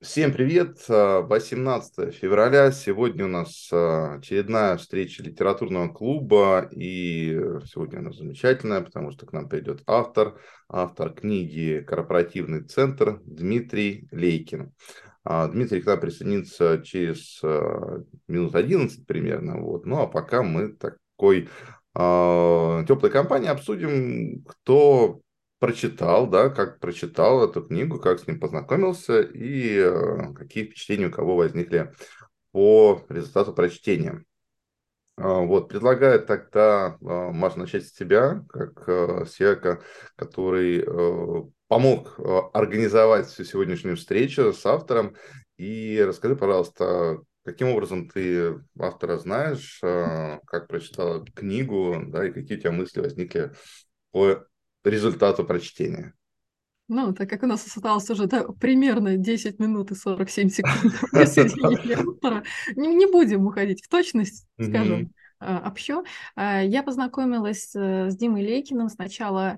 Всем привет! 18 февраля. Сегодня у нас очередная встреча литературного клуба. И сегодня она замечательная, потому что к нам придет автор книги «Корпоративный центр» Дмитрий Лейкин. Дмитрий к нам присоединится через минут 11 примерно. Вот. Ну а пока мы такой теплой компании обсудим, кто прочитал, да, как прочитал эту книгу, как с ним познакомился и какие впечатления у кого возникли по результату прочтения. Вот, предлагаю тогда, Маша, начать с тебя, как с человека, который помог организовать всю сегодняшнюю встречу с автором. И расскажи, пожалуйста, каким образом ты автора знаешь, как прочитала книгу, да, и какие у тебя мысли возникли по результату прочтения. Ну, так как у нас осталось уже примерно 10 минут и 47 секунд до присоединения автора, не будем уходить в точность, Мгм. скажем, общо. Я познакомилась с Димой Лейкиным. Сначала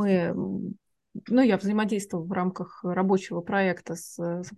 я взаимодействовала в рамках рабочего проекта с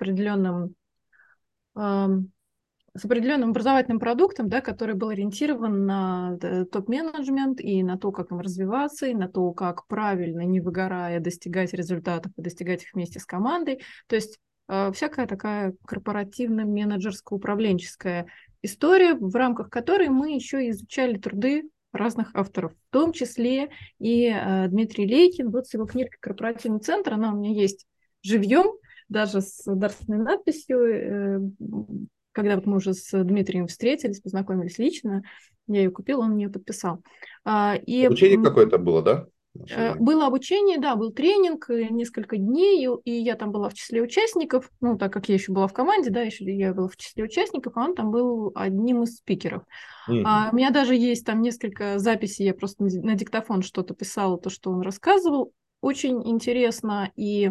ам, с определенным образовательным продуктом, да, который был ориентирован на топ-менеджмент и на то, как им развиваться, и на то, как правильно, не выгорая, достигать результатов и достигать их вместе с командой. То есть всякая такая корпоративно-менеджерско-управленческая история, в рамках которой мы еще и изучали труды разных авторов, в том числе и Дмитрий Лейкин. Вот с его книгой «Корпоративный центр», она у меня есть живьем, даже с дарственной надписью. Когда вот мы уже с Дмитрием встретились, познакомились лично, я ее купила, он мне ее подписал. Обучение какое-то было, да? Маша? Было обучение, да, был тренинг, несколько дней, и я там была в числе участников, ну, так как я еще была в команде, да, еще я была в числе участников, а он там был одним из спикеров. Мгм. У меня даже есть там несколько записей, я просто на диктофон что-то писала, то, что он рассказывал. Очень интересно, и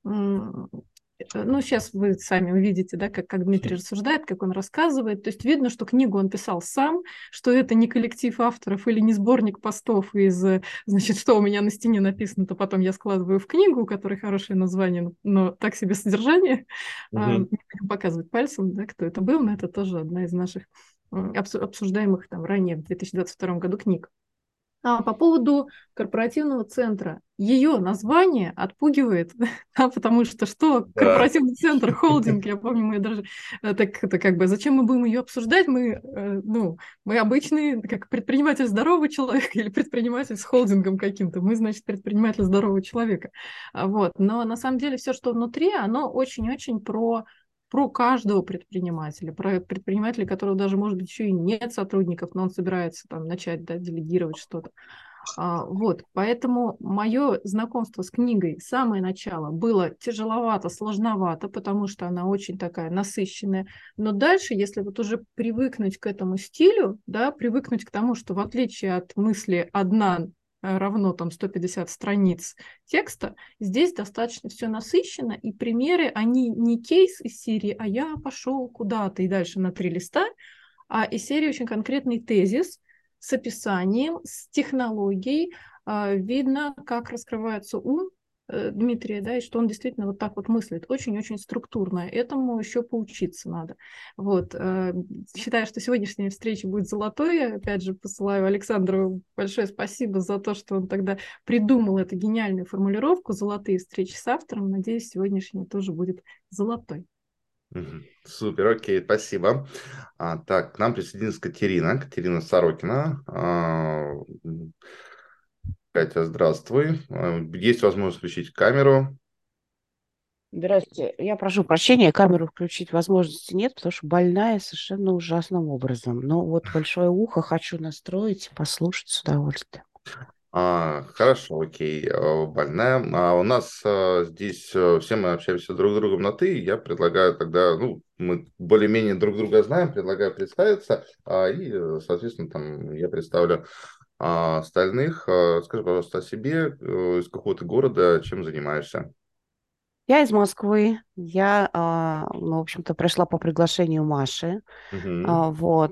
ну, сейчас вы сами увидите, да, как Дмитрий рассуждает, как он рассказывает. То есть видно, что книгу он писал сам, что это не коллектив авторов или не сборник постов из, значит, что у меня на стене написано, то потом я складываю в книгу, у которой хорошее название, но так себе содержание. Не Мгм. будем показывать пальцем, да, кто это был, но это тоже одна из наших обсуждаемых там ранее в 2022 году книг. По поводу корпоративного центра. Ее название отпугивает, да, потому что Да. корпоративный центр, холдинг, я помню, мы даже так это как бы, зачем мы будем ее обсуждать? Мы обычный, как предприниматель здорового человека или предприниматель с холдингом каким-то. Мы, значит, предприниматель здорового человека. Вот. Но на самом деле все, что внутри, оно очень-очень про каждого предпринимателя, про предпринимателя, которого даже, может быть, еще и нет сотрудников, но он собирается там начать, да, делегировать что-то. Вот, поэтому мое знакомство с книгой, самое начало, было тяжеловато, сложновато, потому что она очень такая насыщенная. Но дальше, если вот уже привыкнуть к этому стилю, да, привыкнуть к тому, что в отличие от мысли одна равно там 150 страниц текста, здесь достаточно все насыщенно, и примеры, они не кейс из серии «а я пошел куда-то» и дальше на 3 листа, а из серии очень конкретный тезис с описанием, с технологией. Видно, как раскрывается ум Дмитрия, да, и что он действительно вот так вот мыслит, очень-очень структурно. Этому еще поучиться надо. Вот. Считаю, что сегодняшняя встреча будет золотой. Я, опять же, посылаю Александру большое спасибо за то, что он тогда придумал эту гениальную формулировку «золотые встречи с автором». Надеюсь, сегодняшняя тоже будет золотой. Мгм. Супер, окей, спасибо. Так, к нам присоединилась Катерина Сорокина. Катя, здравствуй. Есть возможность включить камеру. Здравствуйте. Я прошу прощения, камеру включить возможности нет, потому что больная совершенно ужасным образом. Но вот большое ухо хочу настроить, послушать с удовольствием. Хорошо, окей, больная. У нас здесь все мы общаемся друг с другом на «ты». Я предлагаю тогда, ну, мы более-менее друг друга знаем, предлагаю представиться, соответственно, там я представлю остальных. Скажи, пожалуйста, о себе, из какого ты города, чем занимаешься? Я из Москвы. Ну, в общем-то, пришла по приглашению Маши. Мгм.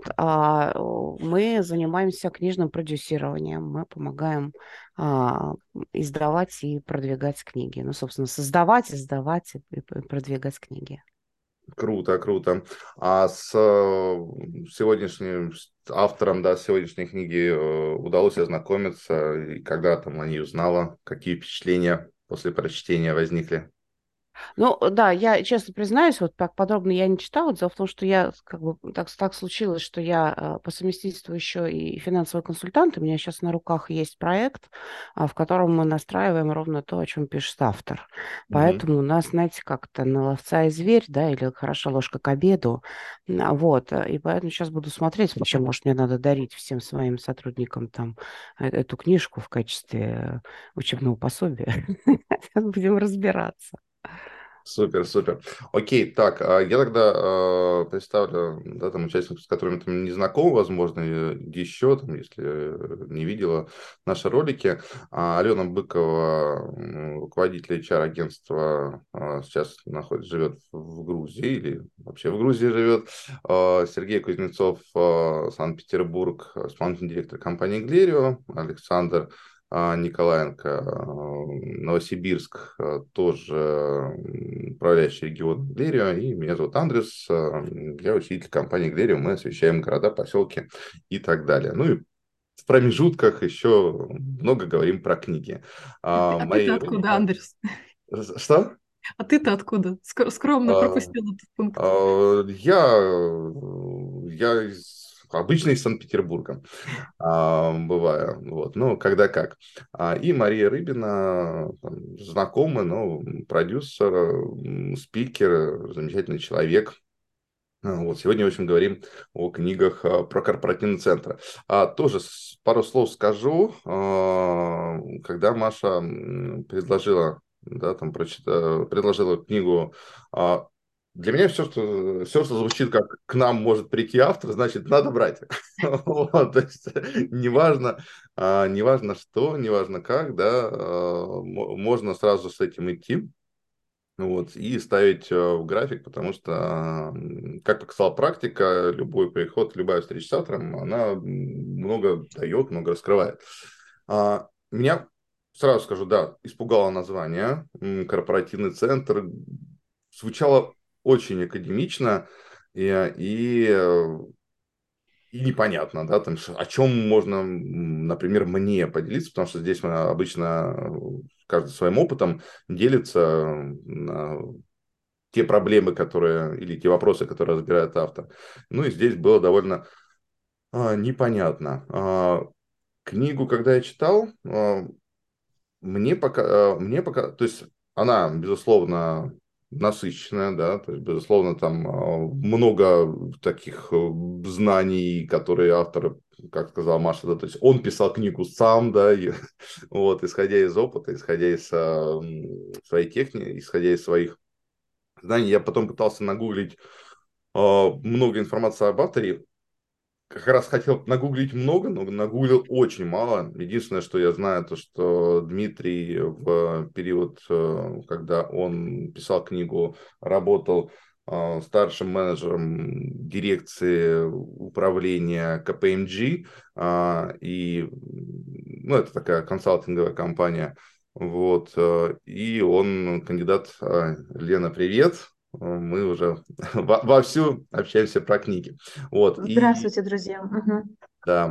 Мы занимаемся книжным продюсированием. Мы помогаем а, издавать и продвигать книги. Ну, собственно, создавать, издавать и продвигать книги. Круто, круто. А с сегодняшним автором, да, сегодняшней книги удалось ознакомиться, и когда там о ней узнала, какие впечатления после прочтения возникли? Ну, да, я честно признаюсь, вот так подробно я не читала. Дело в том, что я, как бы, так случилось, что я по совместительству еще и финансовый консультант. У меня сейчас на руках есть проект, в котором мы настраиваем ровно то, о чем пишет автор. Мгм. Поэтому у нас, знаете, как-то на ловца и зверь, да, или хорошая ложка к обеду. Вот, и поэтому сейчас буду смотреть, вообще, может, мне надо дарить всем своим сотрудникам там эту книжку в качестве учебного пособия. Будем разбираться. Супер, супер. Окей, так, я тогда представлю, да, там участников, с которыми ты не знаком, возможно, еще, там, если не видела наши ролики. Алена Быкова, руководитель HR-агентства, сейчас живет в Грузии или вообще в Грузии живет. Сергей Кузнецов, Санкт-Петербург, исполнительный директор компании «Глерио», Александр Николаенко, Новосибирск, тоже управляющий регион Глерио, и меня зовут Андрес, я учитель компании Глерио, мы освещаем города, поселки и так далее. Ну и в промежутках еще много говорим про книги. А ты-то Мария откуда, Рыбина... Андрес? Что? А ты-то откуда? Скромно А, пропустил этот пункт. я обычно из Санкт-Петербурга. Бываю. Вот. Ну, когда как. И Мария Рыбина, там, знакомый, но продюсер, спикер, замечательный человек. Вот. Сегодня, в общем, говорим о книгах про корпоративный центр. Тоже пару слов скажу. Когда Маша предложила, да, там, предложила книгу, для меня все, что звучит как «к нам может прийти автор», значит, надо брать. Вот, то есть неважно что, неважно как, да, можно сразу с этим идти. Вот, и ставить в график, потому что, как показала практика, любой приход, любая встреча с автором, она много дает, много раскрывает. Меня, сразу скажу, да, испугало название «Корпоративный центр». Звучало очень академично, и непонятно, да, там, о чем можно, например, мне поделиться, потому что здесь мы обычно каждый своим опытом делится на те проблемы, которые, или те вопросы, которые разбирает автор. Ну и здесь было довольно непонятно. Книгу, когда я читал, то есть она, безусловно, насыщенная, да, то есть, безусловно, там много таких знаний, которые автор, как сказала Маша, да, то есть он писал книгу сам, да, и, вот, исходя из опыта, исходя из своей техники, исходя из своих знаний, я потом пытался нагуглить много информации об авторе, как раз хотел нагуглить много, но нагуглил очень мало. Единственное, что я знаю, то что Дмитрий в период, когда он писал книгу, работал старшим менеджером дирекции управления КПМГ. И, ну, это такая консалтинговая компания. Вот, и он кандидат. Лена, привет. Мы уже вовсю общаемся про книги. Вот, и Здравствуйте, друзья. Мгм. да.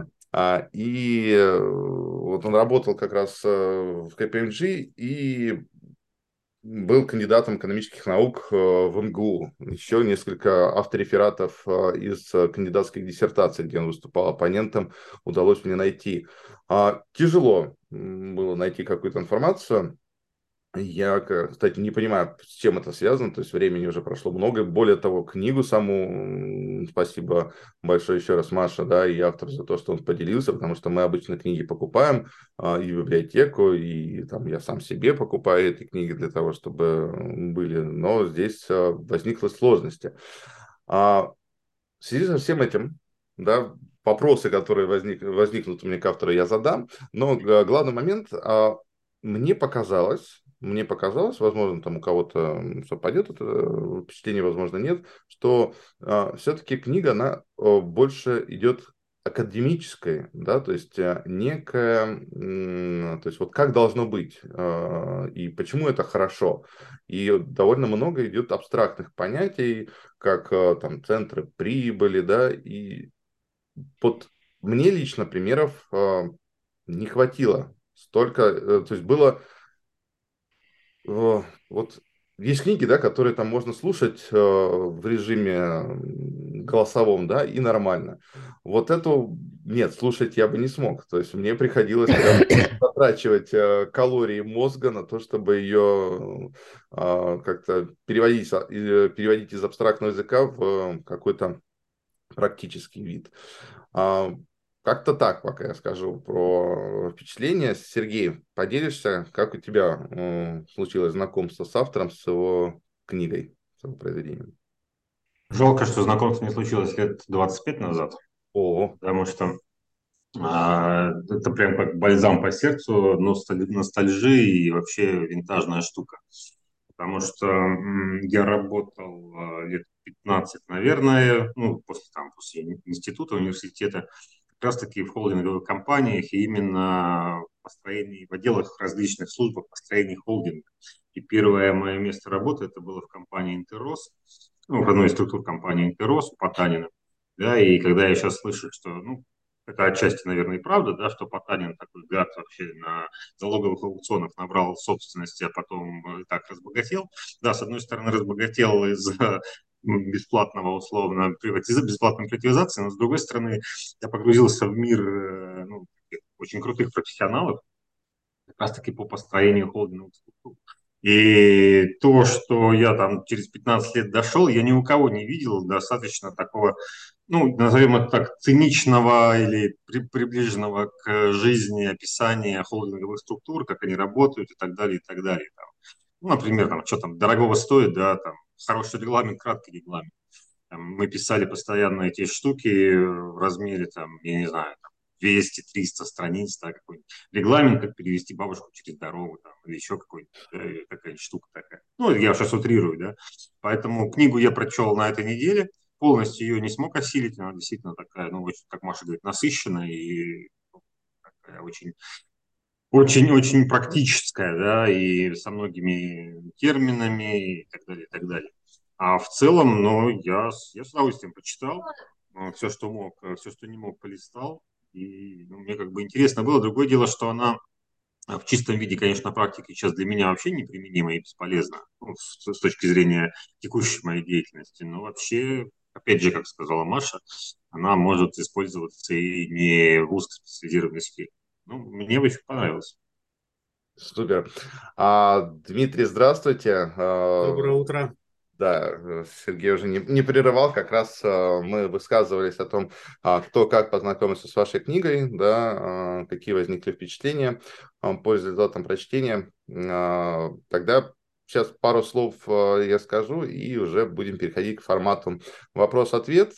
Вот он работал как раз в КПМГ и был кандидатом экономических наук в МГУ. Еще несколько авторефератов из кандидатских диссертаций, где он выступал оппонентом, удалось мне найти. Тяжело было найти какую-то информацию. Я, кстати, не понимаю, с чем это связано, то есть времени уже прошло много. Более того, книгу саму, спасибо большое еще раз Маша, да, и автору за то, что он поделился, потому что мы обычно книги покупаем и в библиотеку, и там я сам себе покупаю эти книги для того, чтобы были, но здесь возникла сложности. В связи со всем этим, да, вопросы, которые возникнут у меня к автору, я задам, но главный момент, мне показалось, возможно, там у кого-то совпадет это впечатление, возможно, нет, что все-таки книга, она больше идет академической, да, то есть некая, то есть вот как должно быть и почему это хорошо. И довольно много идет абстрактных понятий, как там центры прибыли, да, и вот мне лично примеров не хватило. Столько, то есть было вот есть книги, да, которые там можно слушать в режиме голосовом, да, и нормально. Вот эту нет, слушать я бы не смог. То есть мне приходилось прям затрачивать калории мозга на то, чтобы ее как-то переводить из абстрактного языка в какой-то практический вид. А, Как-то так, пока я скажу про впечатления. Сергей, поделишься, как у тебя случилось знакомство с автором, с его книгой, с его произведением? Жалко, что знакомство не случилось лет 25 назад, О, потому что это прям как бальзам по сердцу, ностальжи и вообще винтажная штука. Потому что я работал лет 15, наверное, ну, после института, университета, как раз-таки в холдинговых компаниях и именно в отделах различных службах построения холдинга. И первое мое место работы это было в компании «Интеррос», ну, в одной из структур компании «Интеррос» у Потанина. Да, и когда я сейчас слышу, что, ну, это отчасти, наверное, и правда, да, что Потанин такой гад вообще на залоговых аукционах набрал собственности, а потом так разбогател. Да, с одной стороны, разбогател из-за бесплатного, условно, бесплатной приватизации, но с другой стороны, я погрузился в мир ну, очень крутых профессионалов, как раз-таки по построению холдинговых структур. И то, что я там через 15 лет дошел, я ни у кого не видел достаточно такого, ну, назовем это так, циничного или приближенного к жизни описания холдинговых структур, как они работают и так далее, и так далее. Там. Ну, например, там, что там дорогого стоит, да, там, хороший регламент, краткий регламент. Там, мы писали постоянно эти штуки в размере, там, я не знаю, 200-300 страниц, да, какой-нибудь регламент, как перевести бабушку через дорогу, там, или еще какая-нибудь штука такая. Ну, я сейчас утрирую, да. Поэтому книгу я прочел на этой неделе, полностью ее не смог осилить, она действительно такая, ну, очень, как Маша говорит, насыщенная и такая очень очень практическая, да, и со многими терминами и так далее, и так далее. А в целом, ну, я с удовольствием почитал все, что мог, все, что не мог, полистал. И ну, мне как бы интересно было. Другое дело, что она в чистом виде, конечно, на практике сейчас для меня вообще неприменима и бесполезна ну, с точки зрения текущей моей деятельности. Но вообще, опять же, как сказала Маша, она может использоваться и не в узкоспециализированной сфере. Ну, мне очень понравилось. супер. Дмитрий, здравствуйте. Доброе утро. Да, Сергей уже не прерывал, как раз мы высказывались о том, кто как познакомился с вашей книгой, да, какие возникли впечатления по результатам прочтения. Тогда сейчас пару слов я скажу, и уже будем переходить к формату вопрос-ответ.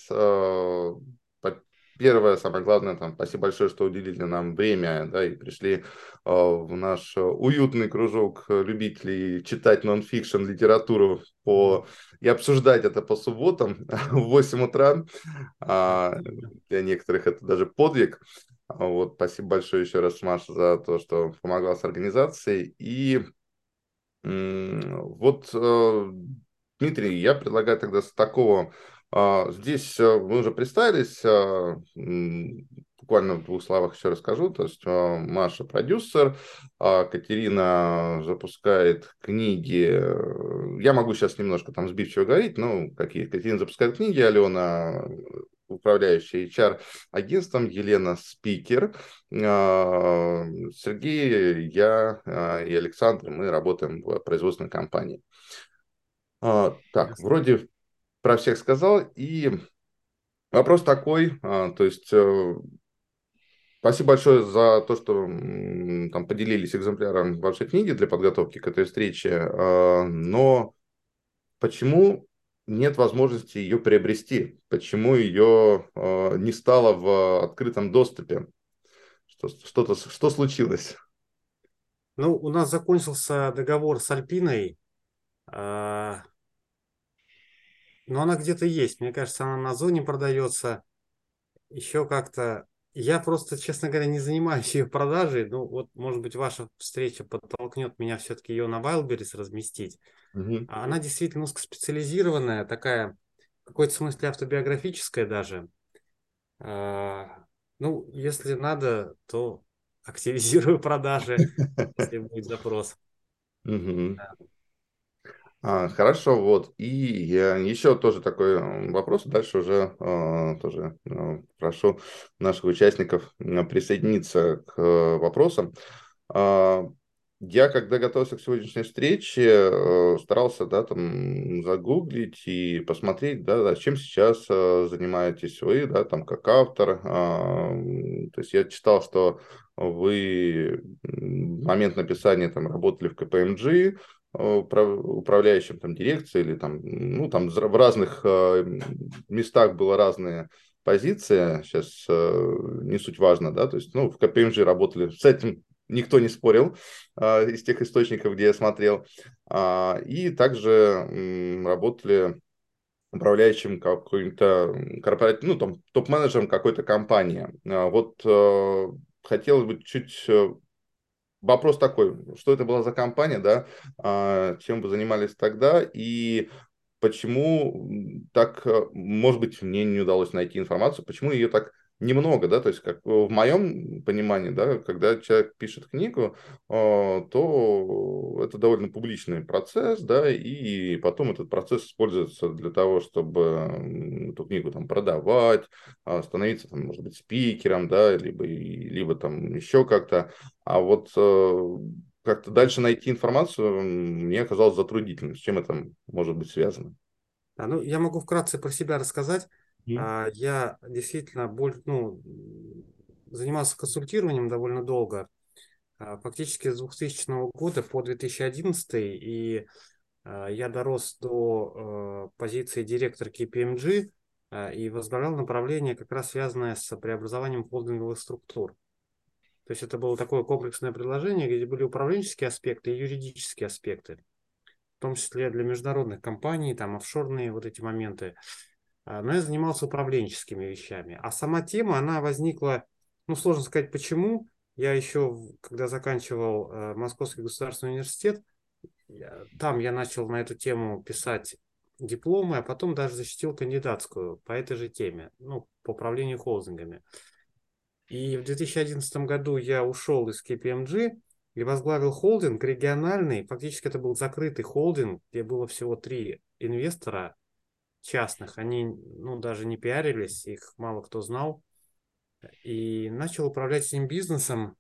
Первое, самое главное, там, спасибо большое, что уделили нам время, да, и пришли в наш уютный кружок любителей читать нон-фикшн, литературу и обсуждать это по субботам в 8 утра. Для некоторых это даже подвиг. Вот, спасибо большое еще раз, Маша, за то, что помогла с организацией. И вот, Дмитрий, я предлагаю тогда с такого. Здесь мы уже представились, буквально в двух словах еще расскажу. То есть Маша продюсер, Катерина запускает книги. Я могу сейчас немножко там сбивчиво говорить, ну, какие. Катерина запускает книги, Алена управляющая HR-агентством, Елена спикер, Сергей, я и Александр, мы работаем в производственной компании. Так, Ясно. вроде про всех сказал, и вопрос такой, то есть спасибо большое за то, что там поделились экземпляром вашей книги для подготовки к этой встрече, но почему нет возможности ее приобрести? Почему ее не стало в открытом доступе? Что случилось? Ну, у нас закончился договор с Альпиной, а, но она где-то есть. Мне кажется, она на Озоне продается. еще как-то... Я просто, честно говоря, не занимаюсь ее продажей. Ну, вот, может быть, ваша встреча подтолкнет меня все-таки ее на Wildberries разместить. Мгм. А она действительно узкоспециализированная, такая, в какой-то смысле автобиографическая даже. А, ну, если надо, то активизирую продажи, если будет запрос. Мгм. Да. Хорошо, вот. И еще тоже такой вопрос. Дальше уже тоже прошу наших участников присоединиться к вопросам. А, Я, когда готовился к сегодняшней встрече, старался, да, там, загуглить и посмотреть, да, чем сейчас занимаетесь вы, да, там, как автор. То есть я читал, что вы в момент написания там работали в КПМГ, управляющим там дирекцией или там, ну, там в разных местах было разные позиции, сейчас не суть важно, да, то есть, ну, в КПМГ работали, с этим никто не спорил из тех источников, где я смотрел, и также работали управляющим какой-то корпоративным, ну, там, топ-менеджером какой-то компании. Вот хотелось бы чуть вопрос такой, что это была за компания, да, чем вы занимались тогда и почему так, может быть, мне не удалось найти информацию, почему ее так немного, да, то есть как в моем понимании, да, когда человек пишет книгу, то это довольно публичный процесс, да, и потом этот процесс используется для того, чтобы эту книгу там продавать, становиться там, может быть, спикером, да, либо там еще как-то. А вот как-то дальше найти информацию мне оказалось затруднительным. С чем это может быть связано? Да, ну, я могу вкратце про себя рассказать. Мгм. Я действительно занимался консультированием довольно долго, фактически с 2000 года по 2011, и я дорос до позиции директора KPMG и возглавлял направление, как раз связанное с преобразованием холдинговых структур. То есть это было такое комплексное предложение, где были управленческие аспекты и юридические аспекты, в том числе для международных компаний, там офшорные вот эти моменты. Но я занимался управленческими вещами. А сама тема, она возникла, ну, сложно сказать почему. Я еще, когда заканчивал Московский государственный университет, там я начал на эту тему писать дипломы, а потом даже защитил кандидатскую по этой же теме, ну, по управлению холдингами. И в 2011 году я ушел из KPMG и возглавил холдинг региональный. Фактически это был закрытый холдинг, где было всего 3 инвестора частных. Они, ну, даже не пиарились, их мало кто знал. И начал управлять этим бизнесом.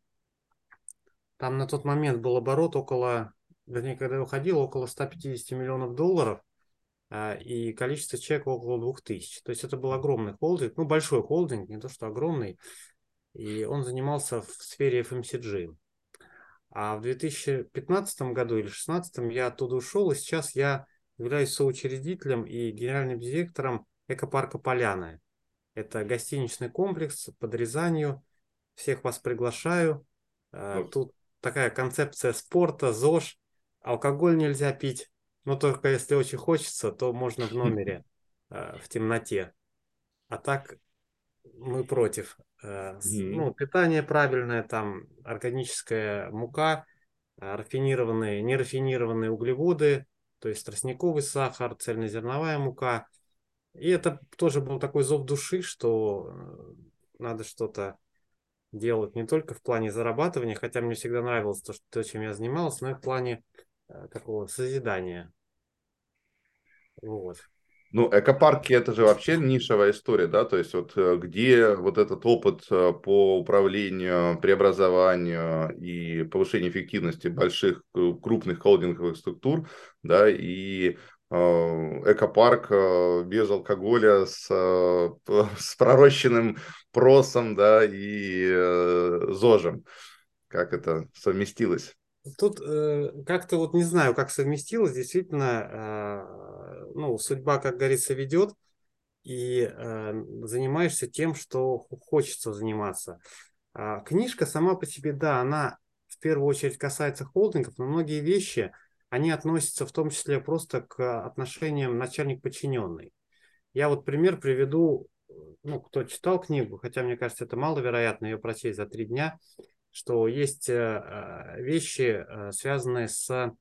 Там на тот момент был оборот около, вернее, когда я уходил, около 150 миллионов долларов, и количество человек около 2000. То есть это был огромный холдинг, ну, большой холдинг, не то что огромный. И он занимался в сфере FMCG. А в 2015 году или 2016 я оттуда ушел, и сейчас я являюсь соучредителем и генеральным директором экопарка «Поляны». Это гостиничный комплекс под Рязанью. Всех вас приглашаю. Вот. Тут такая концепция спорта, ЗОЖ. Алкоголь нельзя пить, но только если очень хочется, то можно в номере в темноте. А так мы против. Мгм. Ну, питание правильное, там органическая мука, рафинированные, нерафинированные углеводы, то есть тростниковый сахар, цельнозерновая мука. И это тоже был такой зов души, что надо что-то делать не только в плане зарабатывания, хотя мне всегда нравилось то, чем я занимался, но и в плане такого созидания. Вот. Ну, экопарки это же вообще нишевая история, да, то есть вот где вот этот опыт по управлению, преобразованию и повышению эффективности больших крупных холдинговых структур, да, и экопарк без алкоголя с пророщенным просом, да, и ЗОЖем, как это совместилось? Тут как-то вот не знаю, как совместилось, действительно, ну, судьба, как говорится, ведет, и занимаешься тем, что хочется заниматься. Книжка сама по себе, да, она в первую очередь касается холдингов, но многие вещи, они относятся в том числе просто к отношениям начальник-подчиненный. Я вот пример приведу. ну, кто читал книгу, хотя мне кажется, это маловероятно ее прочесть за 3 дня, что есть вещи, связанные с,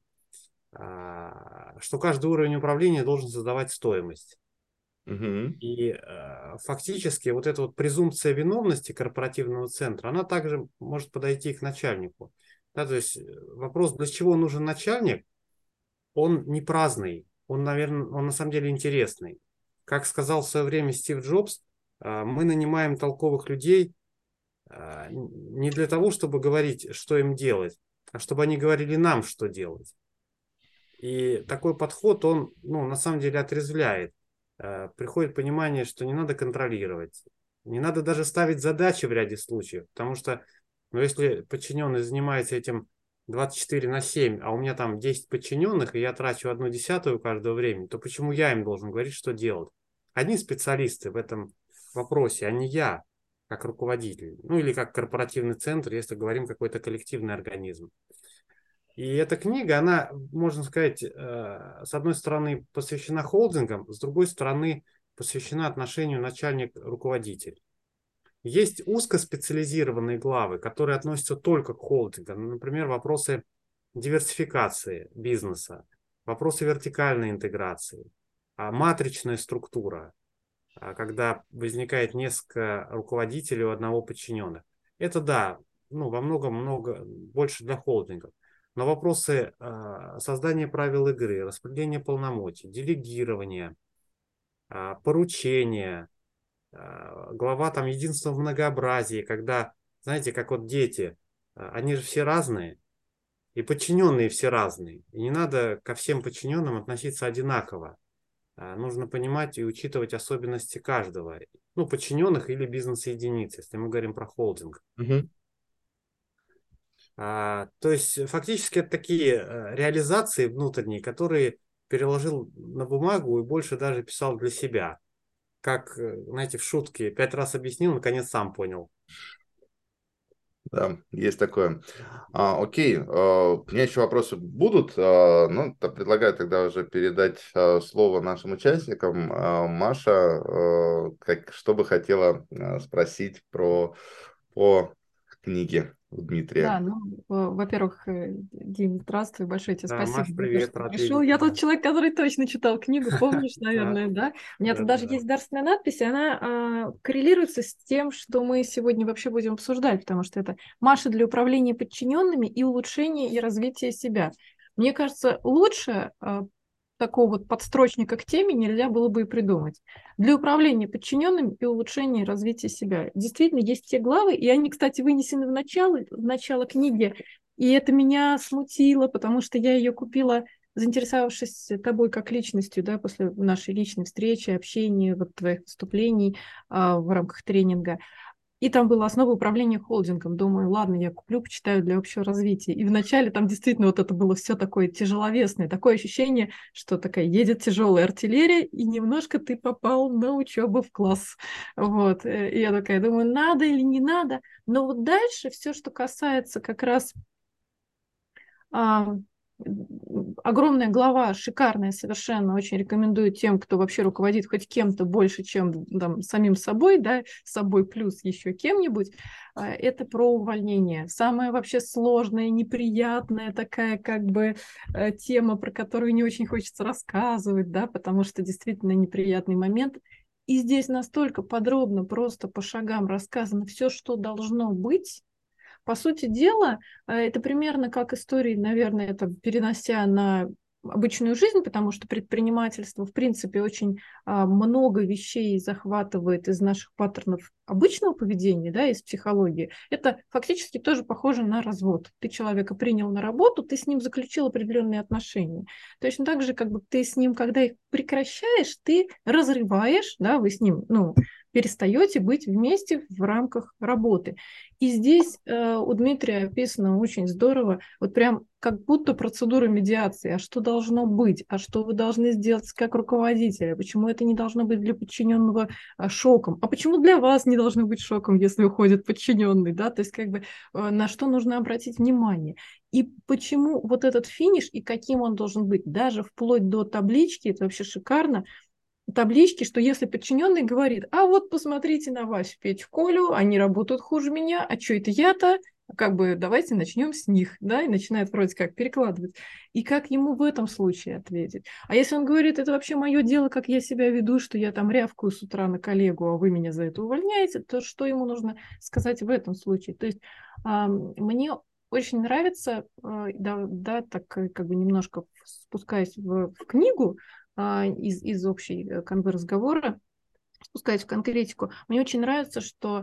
что каждый уровень управления должен создавать стоимость. Мгм. И фактически вот эта вот презумпция виновности корпоративного центра, она также может подойти к начальнику. Да, то есть вопрос, для чего нужен начальник, он не праздный, он, наверное, он на самом деле интересный. Как сказал в свое время Стив Джобс, мы нанимаем толковых людей не для того, чтобы говорить, что им делать, а чтобы они говорили нам, что делать. И такой подход, он, ну, на самом деле отрезвляет. Приходит понимание, что не надо контролировать. Не надо даже ставить задачи в ряде случаев. Потому что, ну, если подчиненный занимается этим 24/7, а у меня там 10 подчиненных, и я трачу 1/10 каждого времени, то почему я им должен говорить, что делать? Одни специалисты в этом вопросе, а не я, как руководитель. Ну, или как корпоративный центр, если говорим какой-то коллективный организм. И эта книга, она, можно сказать, с одной стороны посвящена холдингам, с другой стороны посвящена отношению начальник-руководитель. Есть узкоспециализированные главы, которые относятся только к холдингам. Например, вопросы диверсификации бизнеса, вопросы вертикальной интеграции, матричная структура, когда возникает несколько руководителей у одного подчиненных. Это да, ну, во многом много больше для холдингов. Но вопросы создания правил игры, распределения полномочий, делегирования, поручения, глава там единства в многообразии, когда, знаете, как вот дети, они же все разные, и подчиненные все разные. И не надо ко всем подчиненным относиться одинаково. Нужно понимать и учитывать особенности каждого, ну, подчиненных или бизнес-единиц, если мы говорим про холдинг. Мгм. То есть фактически это такие реализации внутренние, которые переложил на бумагу и больше даже писал для себя. Как, знаете, в шутке 5 раз объяснил, наконец сам понял. Да, есть такое. Окей, у меня еще вопросы будут, но предлагаю тогда уже передать слово нашим участникам. Маша, что бы хотела спросить по книге у Да, Дмитрия? ну, во-первых, Дим, здравствуй, большое тебе Да, спасибо Маш, за то, привет, что рад пришел. видеть Я тот тебя. человек, который точно читал книгу, помнишь, Да, наверное, да? У меня да, тут даже да. есть дарственная надпись, и она коррелируется с тем, что мы сегодня вообще будем обсуждать, потому что это Маша для управления подчиненными и улучшения и развития себя. Мне кажется, лучше такого вот подстрочника к теме нельзя было бы и придумать. Для управления подчиненными и улучшения и развития себя. Действительно, есть те главы, и они, кстати, вынесены в начало книги, и это меня смутило, потому что я ее купила, заинтересовавшись тобой как личностью, да, после нашей личной встречи, общения, вот твоих выступлений в рамках тренинга. И там была основа управления холдингом. Думаю, ладно, я куплю, почитаю для общего развития. И вначале там действительно вот это было все такое тяжеловесное, такое ощущение, что такая едет тяжелая артиллерия, и немножко ты попал на учебу в класс. Вот. И я такая думаю, надо или не надо. Но вот дальше все, что касается как раз а, огромная глава, шикарная совершенно, очень рекомендую тем, кто вообще руководит хоть кем-то больше, чем там, самим собой, да, собой плюс еще кем-нибудь, это про увольнение. Самая вообще сложная, неприятная такая как бы тема, про которую не очень хочется рассказывать, да, потому что действительно неприятный момент. И здесь настолько подробно, просто по шагам рассказано все, что должно быть. По сути дела, это примерно как истории, наверное, это перенося на обычную жизнь, потому что предпринимательство, в принципе, очень много вещей захватывает из наших паттернов обычного поведения, да, из психологии. Это фактически тоже похоже на развод. Ты человека принял на работу, ты с ним заключил определенные отношения. Точно так же, как бы ты с ним, когда их прекращаешь, ты разрываешь, да, вы с ним, ну, перестаете быть вместе в рамках работы. И здесь у Дмитрия описано очень здорово, вот прям как будто процедура медиации, а что должно быть, а что вы должны сделать как руководитель, почему это не должно быть для подчиненного шоком, а почему для вас не должно быть шоком, если уходит подчиненный, да, то есть как бы на что нужно обратить внимание. И почему вот этот финиш и каким он должен быть, даже вплоть до таблички, это вообще шикарно, таблички, что если подчиненный говорит, а вот посмотрите на Васю, Петю, Колю, они работают хуже меня, а что это я-то? Как бы давайте начнем с них, да, и начинает вроде как перекладывать. И как ему в этом случае ответить? А если он говорит, это вообще мое дело, как я себя веду, что я там рявкаю с утра на коллегу, а вы меня за это увольняете, то что ему нужно сказать в этом случае? То есть мне очень нравится, да, так как бы немножко спускаясь в книгу из общей канвы разговора, спускаясь в конкретику, мне очень нравится, что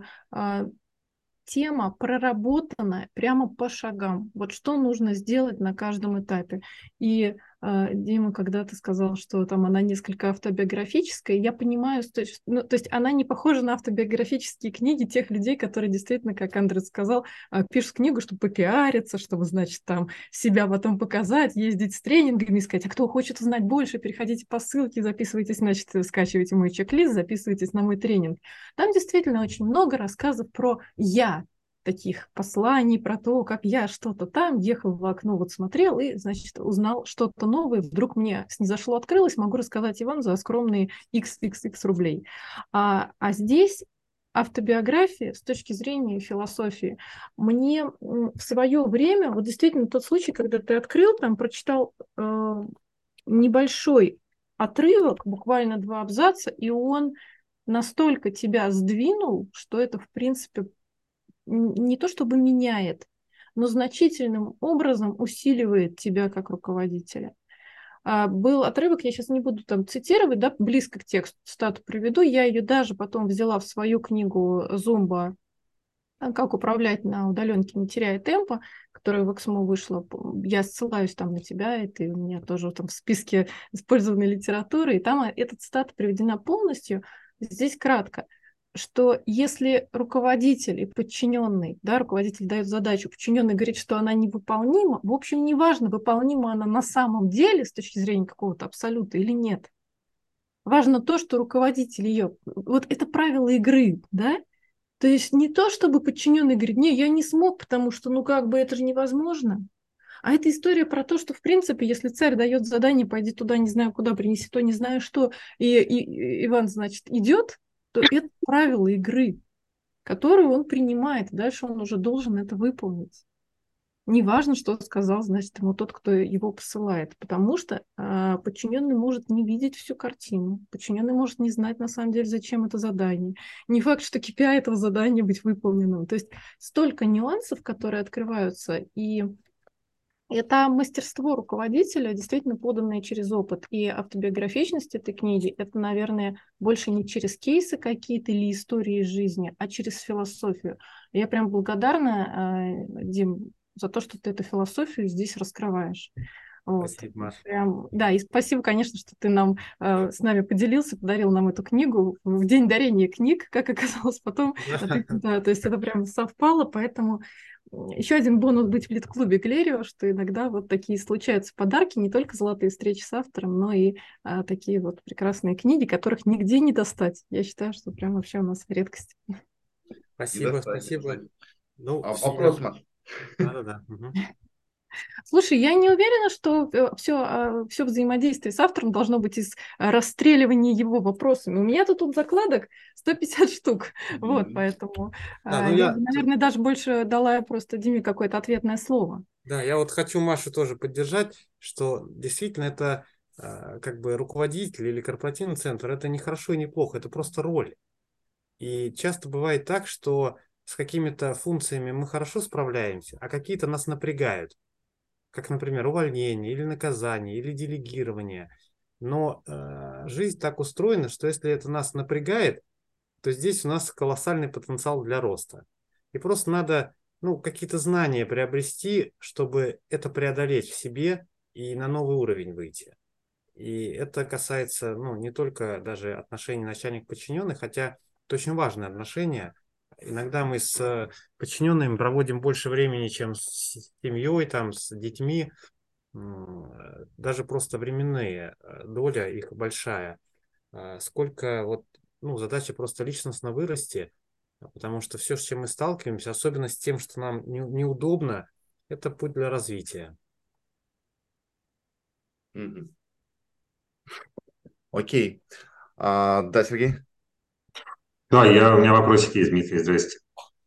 тема проработанная прямо по шагам. Вот что нужно сделать на каждом этапе. И Дима когда-то сказал, что там она несколько автобиографическая. Я понимаю, то есть она не похожа на автобиографические книги тех людей, которые действительно, как Андрей сказал, пишут книгу, чтобы попиариться, чтобы, значит, там себя потом показать, ездить с тренингами, сказать, а кто хочет узнать больше, переходите по ссылке, записывайтесь, значит, скачивайте мой чек-лист, записывайтесь на мой тренинг. Там действительно очень много рассказов про «я», таких посланий про то, как я что-то там ехал в окно, вот смотрел и, значит, узнал что-то новое, вдруг мне снизошло, открылось, могу рассказать и вам за скромные XXX рублей. А здесь автобиография с точки зрения философии. Мне в свое время, вот действительно тот случай, когда ты открыл, там прочитал небольшой отрывок, буквально 2 абзаца, и он настолько тебя сдвинул, что это, в принципе, не то чтобы меняет, но значительным образом усиливает тебя как руководителя. Был отрывок, я сейчас не буду там цитировать, да, близко к тексту, цитату приведу, я ее даже потом взяла в свою книгу «Зумба. Как управлять на удаленке, не теряя темпа», которая в Эксмо вышла. Я ссылаюсь там на тебя, и ты у меня тоже там в списке использованной литературы, и там эта цитата приведена полностью. Здесь кратко, что если руководитель и подчиненный, да, руководитель дает задачу, подчиненный говорит, что она невыполнима, в общем, неважно, выполнима она на самом деле с точки зрения какого-то абсолюта или нет. Важно то, что руководитель ее... Вот это правило игры, да? То есть не то, чтобы подчиненный говорит, не, я не смог, потому что, ну, как бы это же невозможно. А это история про то, что, в принципе, если царь дает задание, пойди туда, не знаю куда, принеси то, не знаю что, и Иван, значит, идет, то это правило игры, которую он принимает, и дальше он уже должен это выполнить. Неважно, что сказал, значит, ему тот, кто его посылает, потому что подчиненный может не видеть всю картину, подчиненный может не знать, на самом деле, зачем это задание. Не факт, что KPI этого задания быть выполненным. То есть столько нюансов, которые открываются, и это мастерство руководителя, действительно поданное через опыт. И автобиографичность этой книги, это, наверное, больше не через кейсы какие-то или истории из жизни, а через философию. Я прям благодарна, Дим, за то, что ты эту философию здесь раскрываешь. Вот. Спасибо, Маша. Прям, да, и спасибо, конечно, что ты нам с нами поделился, подарил нам эту книгу в день дарения книг, как оказалось потом. Да, то есть это прям совпало, поэтому еще один бонус быть в лид-клубе Глерио, что иногда вот такие случаются подарки, не только золотые встречи с автором, но и такие вот прекрасные книги, которых нигде не достать. Я считаю, что прям вообще у нас редкость. Спасибо, спасибо. Ну, Вопрос, Маш. Да-да-да. Угу. Слушай, я не уверена, что все взаимодействие с автором должно быть из расстреливания его вопросами. У меня тут закладок 150 штук. Вот, поэтому Да, ну я бы, наверное, даже больше дала просто Диме какое-то ответное слово. Да, я вот хочу Машу тоже поддержать, что действительно это как бы руководитель или корпоративный центр, это не хорошо и не плохо, это просто роль. И часто бывает так, что с какими-то функциями мы хорошо справляемся, а какие-то нас напрягают, как, например, увольнение или наказание, или делегирование. Но жизнь так устроена, что если это нас напрягает, то здесь у нас колоссальный потенциал для роста. И просто надо какие-то знания приобрести, чтобы это преодолеть в себе и на новый уровень выйти. И это касается не только даже отношений начальник-подчиненный, хотя это очень важные отношения. Иногда мы с подчиненными проводим больше времени, чем с семьей, там, с детьми. Даже просто временные доля их большая. Сколько задача просто личностно вырасти, потому что все, с чем мы сталкиваемся, особенно с тем, что нам неудобно, это путь для развития. Окей. Да, Сергей? Да, у меня вопросик есть, Дмитрий, здрасте.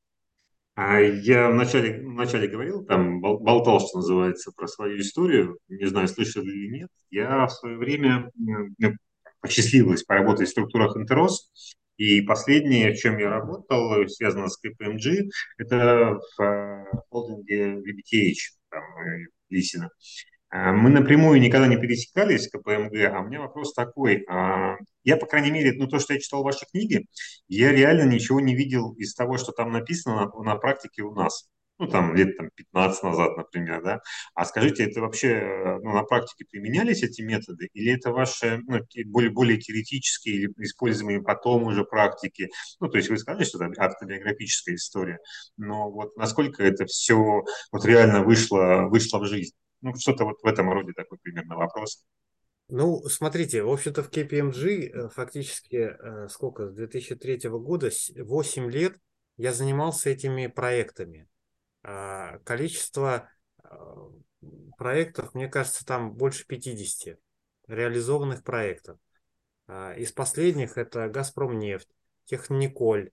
Я вначале говорил, там болтал, что называется, про свою историю, не знаю, слышали или нет. Я в свое время мне посчастливилось поработать в структурах Интерос, и последнее, в чем я работал, связано с KPMG, это в холдинге VBTH, там, Лисина. Мы напрямую никогда не пересекались с КПМГ, а у меня вопрос такой. Я, по крайней мере, ну, то, что я читал ваши книги, я реально ничего не видел из того, что там написано на практике у нас. Ну, там, лет там, 15 назад, например, да. А скажите, это вообще ну, на практике применялись эти методы? Или это ваши ну, более теоретические или используемые потом уже практики? Ну, то есть вы сказали, что это автобиографическая история, но вот насколько это все вот реально вышло в жизнь? Ну, что-то вот в этом роде такой примерно вопрос. Ну, смотрите, в общем-то в KPMG фактически сколько, с 2003 года, 8 лет я занимался этими проектами. Количество проектов, мне кажется, там больше 50 реализованных проектов. Из последних это «Газпромнефть», «Техниколь»,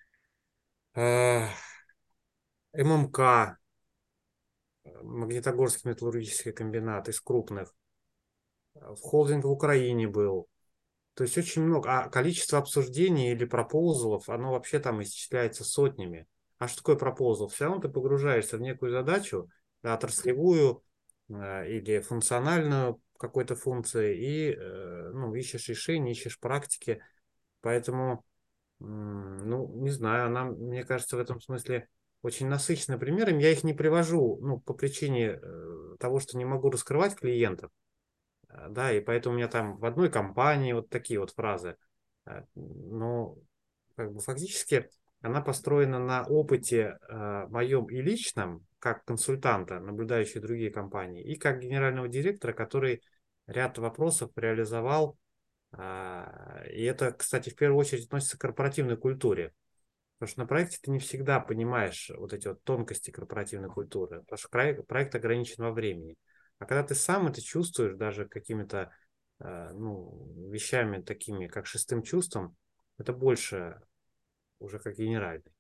ММК, Магнитогорский металлургический комбинат из крупных. В холдинг в Украине был. То есть очень много. А количество обсуждений или пропозалов, оно вообще там исчисляется сотнями. А что такое пропозал? Все равно ты погружаешься в некую задачу, да, отраслевую или функциональную какой-то функции и ну, ищешь решения, ищешь практики. Поэтому, ну, не знаю, она, мне кажется, в этом смысле очень насыщенная примерами. Я их не привожу, ну, по причине того, что не могу раскрывать клиентов. Да, и поэтому у меня там в одной компании вот такие вот фразы. Но как бы фактически она построена на опыте моем и личном, как консультанта, наблюдающего другие компании, и как генерального директора, который ряд вопросов реализовал. И это, кстати, в первую очередь относится к корпоративной культуре. Потому что на проекте ты не всегда понимаешь вот эти вот тонкости корпоративной культуры, потому что проект ограничен во времени. А когда ты сам это чувствуешь, даже какими-то ну, вещами такими, как шестым чувством, это больше уже как генеральный.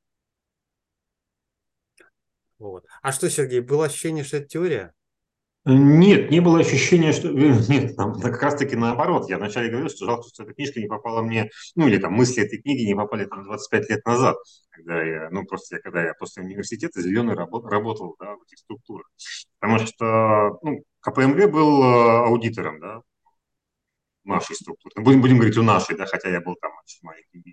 Вот. А что, Сергей, было ощущение, что это теория? Нет, не было ощущения, что... Нет, как раз-таки наоборот. Я вначале говорил, что жалко, что эта книжка не попала мне... Ну, или там мысли этой книги не попали там 25 лет назад, когда я... Ну, просто когда я после университета зеленый работал да, в этих структурах. Потому что ну, КПМГ был аудитором, да, нашей структуры. Будем говорить у нашей, да, хотя я был там очень маленький.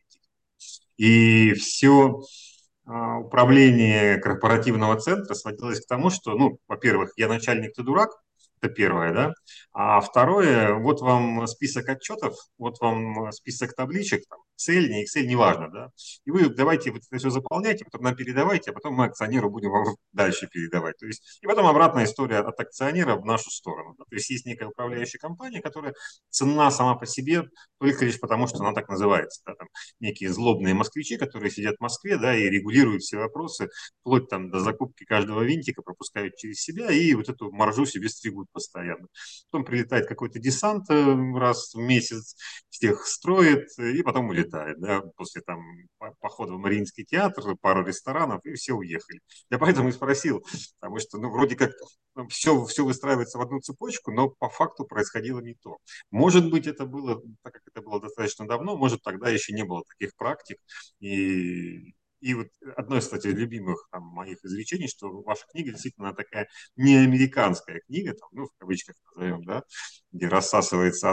И все управление корпоративного центра сводилось к тому, что, ну, во-первых, я начальник, ты дурак, это первое, да, а второе, вот вам список отчетов, вот вам список табличек, там, Excel, не Excel, неважно, да, и вы давайте вот это все заполняйте, потом нам передавайте, а потом мы акционеру будем вам дальше передавать. То есть, и потом обратная история от акционера в нашу сторону. Да? То есть, есть некая управляющая компания, которая ценна сама по себе только лишь потому, что она так называется. Да? Там некие злобные москвичи, которые сидят в Москве, да, и регулируют все вопросы, вплоть там до закупки каждого винтика, пропускают через себя и вот эту маржу себе стригут постоянно. Потом прилетает какой-то десант раз в месяц, всех строит и потом улетает, да, после там похода в Мариинский театр, пару ресторанов, и все уехали. Я поэтому и спросил, потому что, ну, вроде как все выстраивается в одну цепочку, но по факту происходило не то. Может быть, это было, так как это было достаточно давно, может, тогда еще не было таких практик. И вот одно из, кстати, любимых там, моих изречений, что ваша книга действительно такая не американская книга, там, ну, в кавычках назовем, да, где рассасывается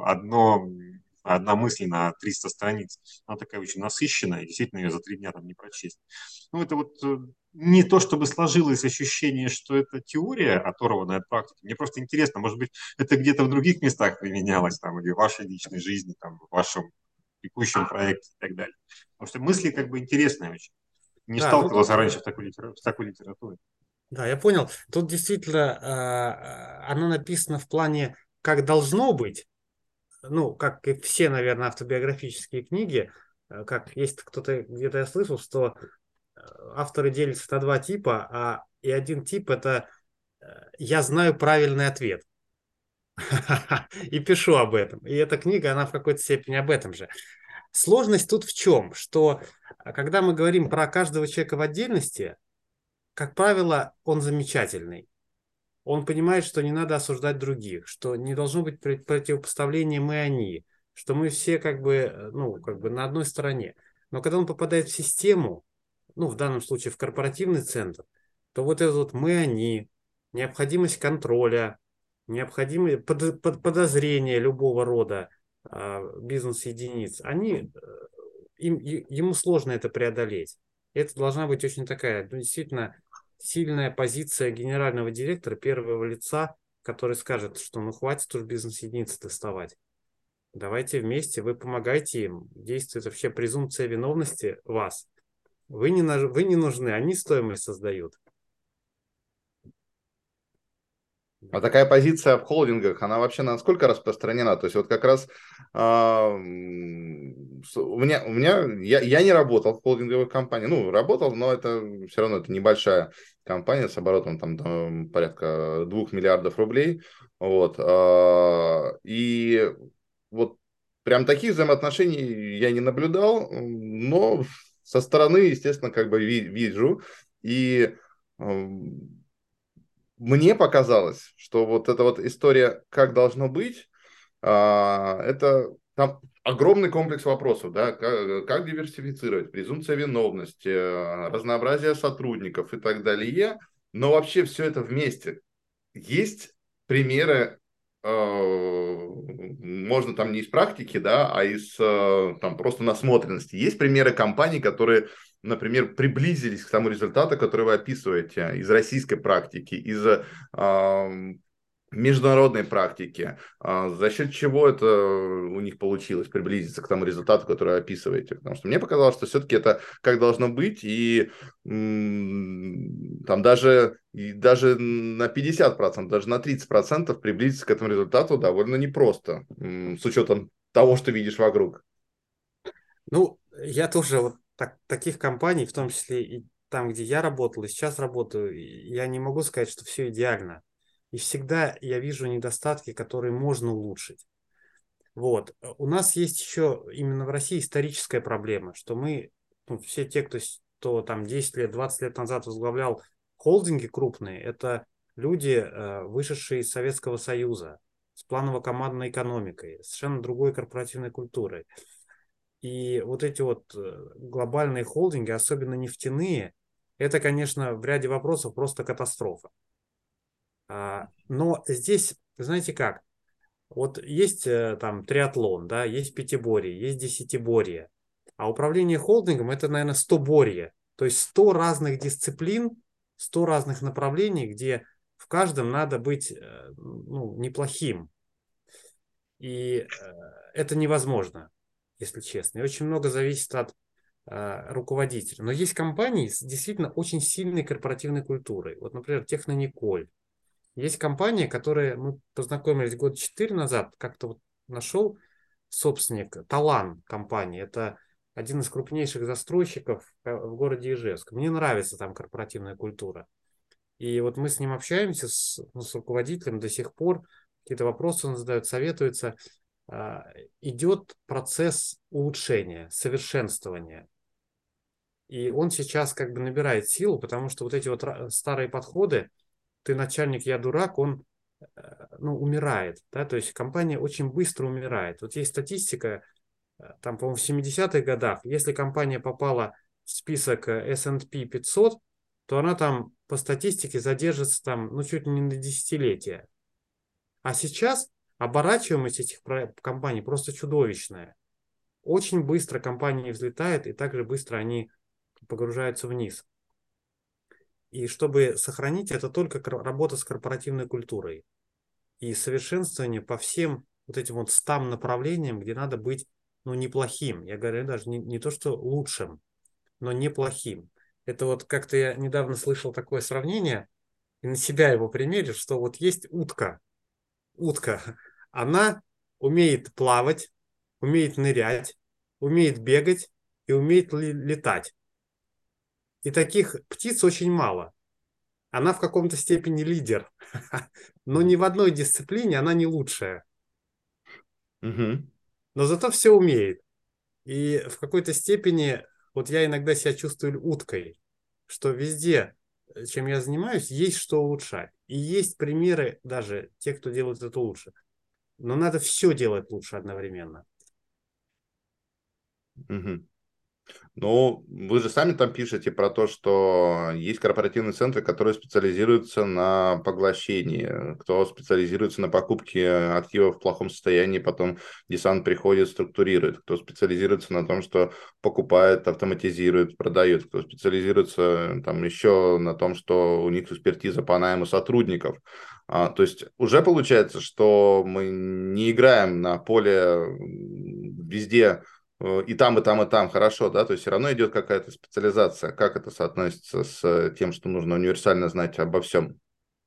одна мысль на 300 страниц. Она такая очень насыщенная, и действительно ее за 3 дня там не прочесть. Ну, это вот не то, чтобы сложилось ощущение, что это теория, оторванная от практики. Мне просто интересно, может быть, это где-то в других местах применялось, там, или в вашей личной жизни, там, в вашем текущем проекте и так далее. Потому что мысли как бы интересные очень. Не Да, ну тут, сталкивался раньше с такой литературой. да, я понял. Тут действительно оно написано в плане, как должно быть. Ну, как и все, наверное, автобиографические книги, как есть кто-то, где-то я слышал, что авторы делятся на два типа, и один тип это я знаю правильный ответ. И пишу об этом. И эта книга, она в какой-то степени об этом же. Сложность тут в чем? Что когда мы говорим про каждого человека в отдельности, как правило, он замечательный. Он понимает, что не надо осуждать других, что не должно быть противопоставления мы-они, что мы все как бы на одной стороне. Но когда он попадает в систему, в данном случае в корпоративный центр, то вот это вот мы-они, необходимость контроля, необходимые подозрения любого рода бизнес-единиц, ему сложно это преодолеть. Это должна быть очень такая, действительно, сильная позиция генерального директора первого лица, который скажет, что хватит уж бизнес-единицы доставать. Давайте вместе, вы помогаете им. Действует вообще презумпция виновности вас. Вы не нужны, они стоимость создают. А такая позиция в холдингах, она вообще насколько распространена? То есть вот как раз я не работал в холдинговой компании. Ну, работал, но это все равно это небольшая компания с оборотом там до порядка 2 миллиардов рублей. Вот. И вот прям таких взаимоотношений я не наблюдал, но со стороны, естественно, как бы вижу. И мне показалось, что вот эта вот история, как должно быть, это там огромный комплекс вопросов, да, как диверсифицировать, презумпция виновности, разнообразие сотрудников и так далее. Но вообще все это вместе. Есть примеры, можно там не из практики, да, а из там просто насмотренности. Есть примеры компаний, которые, например, приблизились к тому результату, который вы описываете из российской практики, из международной практики, за счет чего это у них получилось приблизиться к тому результату, который вы описываете. Потому что мне показалось, что все-таки это как должно быть, и там даже на 50%, даже на 30% приблизиться к этому результату довольно непросто, с учетом того, что видишь вокруг. Я тоже вот таких компаний, в том числе и там, где я работал, и сейчас работаю, я не могу сказать, что все идеально. И всегда я вижу недостатки, которые можно улучшить. Вот. У нас есть еще именно в России историческая проблема, что мы, все те, кто там 10 лет, 20 лет назад возглавлял холдинги крупные, это люди, вышедшие из Советского Союза, с планово-командной экономикой, совершенно другой корпоративной культурой. И вот эти вот глобальные холдинги, особенно нефтяные, это, конечно, в ряде вопросов просто катастрофа. Но здесь, знаете как, вот есть там триатлон, да, есть пятиборье, есть десятиборье, а управление холдингом это, наверное, 100-борье, то есть 100 разных дисциплин, 100 разных направлений, где в каждом надо быть неплохим. И это невозможно, если честно. И очень много зависит от руководителя. Но есть компании с действительно очень сильной корпоративной культурой. Вот, например, Технониколь. Есть компания, которая мы познакомились года 4 назад, как-то вот нашел собственник, Талан компания. Это один из крупнейших застройщиков в городе Ижевск. Мне нравится там корпоративная культура. И вот мы с ним общаемся, с руководителем до сих пор. Какие-то вопросы он задает, советуется. Идет процесс улучшения, совершенствования. И он сейчас как бы набирает силу, потому что вот эти вот старые подходы, ты начальник, я дурак, он умирает. Да? То есть компания очень быстро умирает. Вот есть статистика, там, по-моему, в 70-х годах, если компания попала в список S&P 500, то она там по статистике задержится там, чуть ли не на десятилетия. А сейчас оборачиваемость этих компаний просто чудовищная. Очень быстро компании взлетают, и также быстро они погружаются вниз. И чтобы сохранить, это только работа с корпоративной культурой и совершенствование по всем вот этим вот 100 направлениям, где надо быть неплохим. Я говорю даже не то, что лучшим, но неплохим. Это вот как-то я недавно слышал такое сравнение, и на себя его примерил, что вот есть утка. Утка, она умеет плавать, умеет нырять, умеет бегать и умеет летать. И таких птиц очень мало. она в каком-то степени лидер, но ни в одной дисциплине она не лучшая, Мгм. но зато все умеет. И в какой-то степени вот я иногда себя чувствую уткой, что везде, чем я занимаюсь, есть что улучшать. И есть примеры даже тех, кто делает это лучше. Но надо все делать лучше одновременно. Мгм. Ну, вы же сами там пишете про то, что есть корпоративные центры, которые специализируются на поглощении, кто специализируется на покупке активов в плохом состоянии, потом десант приходит, структурирует, кто специализируется на том, что покупает, автоматизирует, продает, кто специализируется там еще на том, что у них экспертиза по найму сотрудников. То есть уже получается, что мы не играем на поле везде и там, и там, и там хорошо, да, то есть все равно идет какая-то специализация. Как это соотносится с тем, что нужно универсально знать обо всем?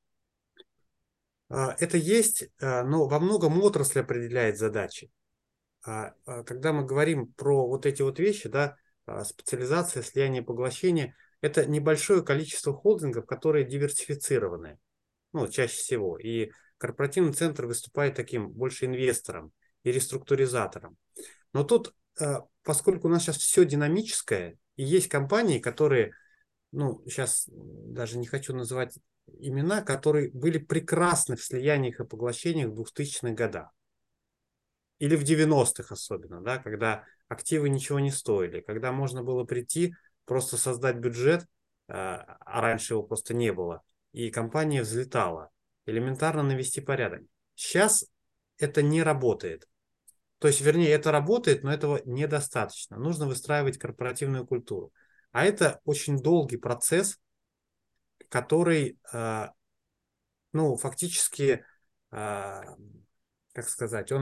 Это есть, но во многом отрасль определяет задачи. Когда мы говорим про вот эти вот вещи, да, специализация, слияние, поглощение, это небольшое количество холдингов, которые диверсифицированы, ну, чаще всего. И корпоративный центр выступает таким больше инвестором и реструктуризатором. Но тут, поскольку у нас сейчас все динамическое, и есть компании, которые, ну, сейчас даже не хочу называть имена, которые были прекрасны в слияниях и поглощениях в 2000-х годах. Или в 90-х особенно, да, когда активы ничего не стоили, когда можно было прийти, просто создать бюджет, а раньше его просто не было, и компания взлетала. Элементарно навести порядок. Сейчас это не работает. То есть, вернее, это работает, но этого недостаточно. Нужно выстраивать корпоративную культуру. А это очень долгий процесс, который, ну, фактически, как сказать,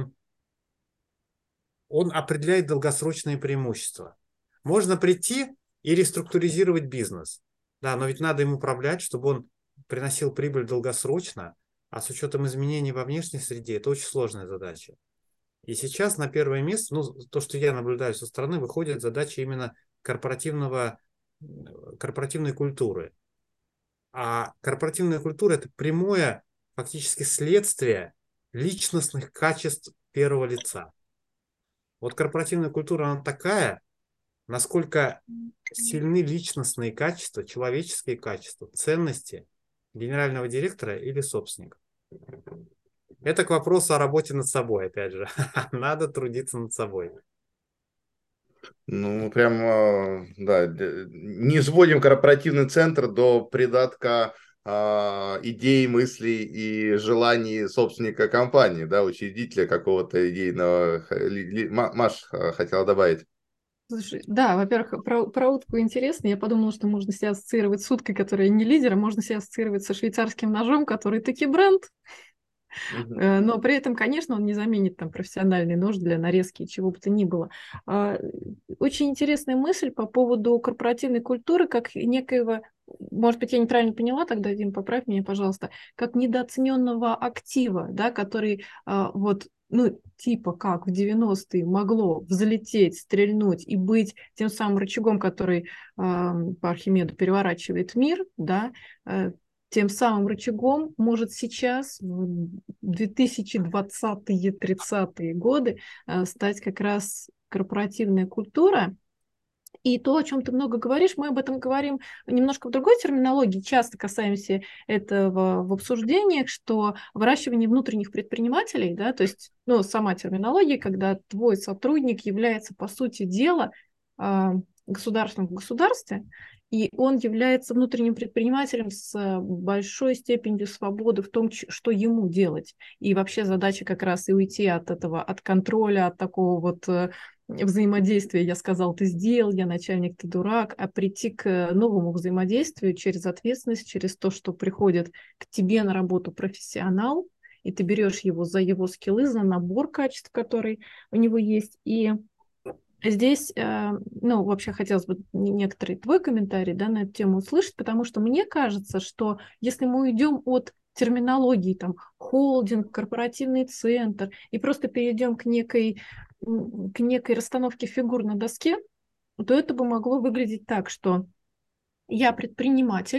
он определяет долгосрочные преимущества. Можно прийти и реструктуризировать бизнес. Да, но ведь надо им управлять, чтобы он приносил прибыль долгосрочно, а с учетом изменений во внешней среде это очень сложная задача. И сейчас на первое место, ну, то, что я наблюдаю со стороны, выходит задача именно корпоративной культуры. А корпоративная культура – это прямое фактически следствие личностных качеств первого лица. Вот корпоративная культура, она такая, насколько сильны личностные качества, человеческие качества, ценности генерального директора или собственника. Это к вопросу о работе над собой, опять же. Надо трудиться над собой. Ну, прям, да, не сводим корпоративный центр до придатка идей, мыслей и желаний собственника компании, да, учредителя какого-то идейного. Маш хотела добавить. Слушай, да, во-первых, про утку интересно. Я подумала, что можно себя ассоциировать с уткой, которая не лидер, а можно себя ассоциировать со швейцарским ножом, который таки бренд. Но при этом, конечно, он не заменит там профессиональный нож для нарезки, чего бы то ни было. А, Очень интересная мысль по поводу корпоративной культуры, как некоего, может быть, я неправильно поняла, тогда, Дим, поправь меня, пожалуйста, как недооцененного актива, да, который вот, ну, типа как в 90-е могло взлететь, стрельнуть и быть тем самым рычагом, который по Архимеду переворачивает мир, да, тем самым рычагом может сейчас, в 2020-30-е годы, стать как раз корпоративная культура. И то, о чем ты много говоришь, мы об этом говорим немножко в другой терминологии, часто касаемся этого в обсуждениях, что выращивание внутренних предпринимателей, да, то есть, ну, сама терминология, когда твой сотрудник является, по сути дела, государством в государстве, и он является внутренним предпринимателем с большой степенью свободы в том, что ему делать. И вообще задача как раз и уйти от этого, от контроля, от такого вот взаимодействия. Я сказал, ты сделал, я начальник, ты дурак, а прийти к новому взаимодействию через ответственность, через то, что приходит к тебе на работу профессионал, и ты берешь его за его скиллы, за набор качеств, который у него есть, и здесь, ну, вообще хотелось бы некоторый твой комментарий, да, на эту тему услышать, потому что мне кажется, что если мы уйдем от терминологии, там, холдинг, корпоративный центр, и просто перейдем к некой расстановке фигур на доске, то это бы могло выглядеть так, что я предприниматель,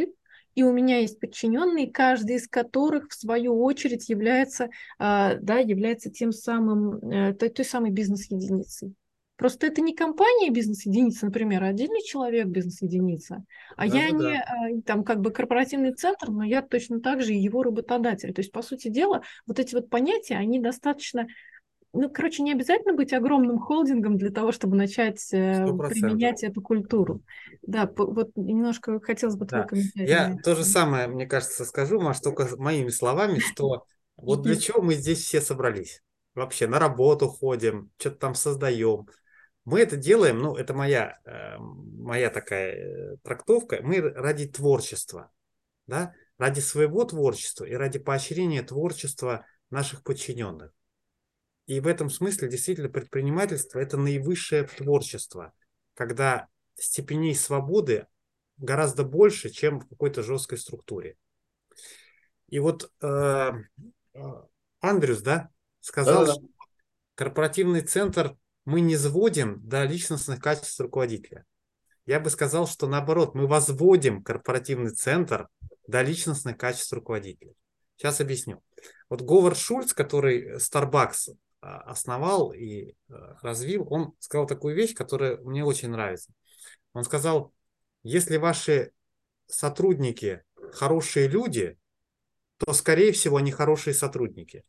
и у меня есть подчиненные, каждый из которых, в свою очередь, является, является тем самым, той самой бизнес-единицей. Просто это не компания бизнес-единица, например, а отдельный человек бизнес-единица, а я не Да-да-да. там как бы корпоративный центр, но я точно так же и его работодатель. То есть, по сути дела, вот эти вот понятия, они достаточно, ну, короче, не обязательно быть огромным холдингом для того, чтобы начать 100%. применять эту культуру. Да, вот немножко хотелось бы твой Да. комментарий на Я это. то же самое, мне кажется, скажу, Маш, только моими словами, что вот для чего мы здесь все собрались? Вообще на работу ходим, что-то там создаем. Мы это делаем, ну, это моя такая трактовка, мы ради творчества, да, ради своего творчества и ради поощрения творчества наших подчиненных. И в этом смысле действительно предпринимательство – это наивысшее творчество, когда степеней свободы гораздо больше, чем в какой-то жесткой структуре. И вот Андрюс, да, сказал, Да-да-да. что корпоративный центр мы не сводим до личностных качеств руководителя. Я бы сказал, что наоборот, мы возводим корпоративный центр до личностных качеств руководителя. Сейчас объясню. Вот Говард Шульц, который Starbucks основал и развил, он сказал такую вещь, которая мне очень нравится. Он сказал, если ваши сотрудники хорошие люди, то, скорее всего, они хорошие сотрудники.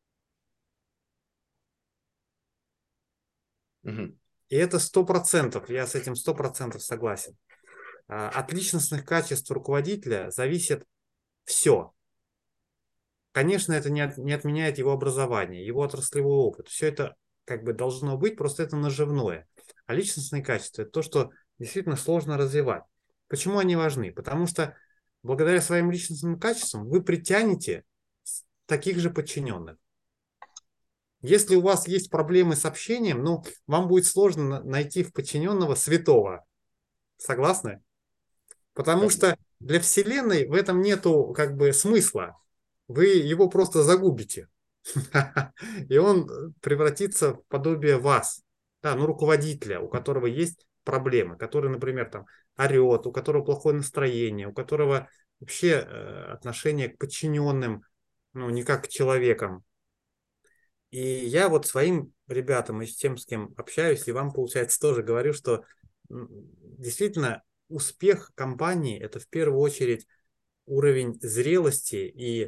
Мгм. И это 100%, я с этим 100% согласен. От личностных качеств руководителя зависит все. Конечно, это не отменяет его образование, его отраслевой опыт. Все это как бы должно быть, просто это наживное. А личностные качества – это то, что действительно сложно развивать. Почему они важны? Потому что благодаря своим личностным качествам вы притянете таких же подчиненных. Если у вас есть проблемы с общением, ну, вам будет сложно найти в подчиненного святого. Согласны? Потому что для Вселенной в этом нету как бы смысла. Вы его просто загубите. И он превратится в подобие вас. Да, ну, руководителя, у которого есть проблемы, который, например, там орет, у которого плохое настроение, у которого вообще отношение к подчиненным, ну, не как к человекам. И я вот своим ребятам и с тем, с кем общаюсь, и вам, получается, тоже говорю, что действительно успех компании – это в первую очередь уровень зрелости и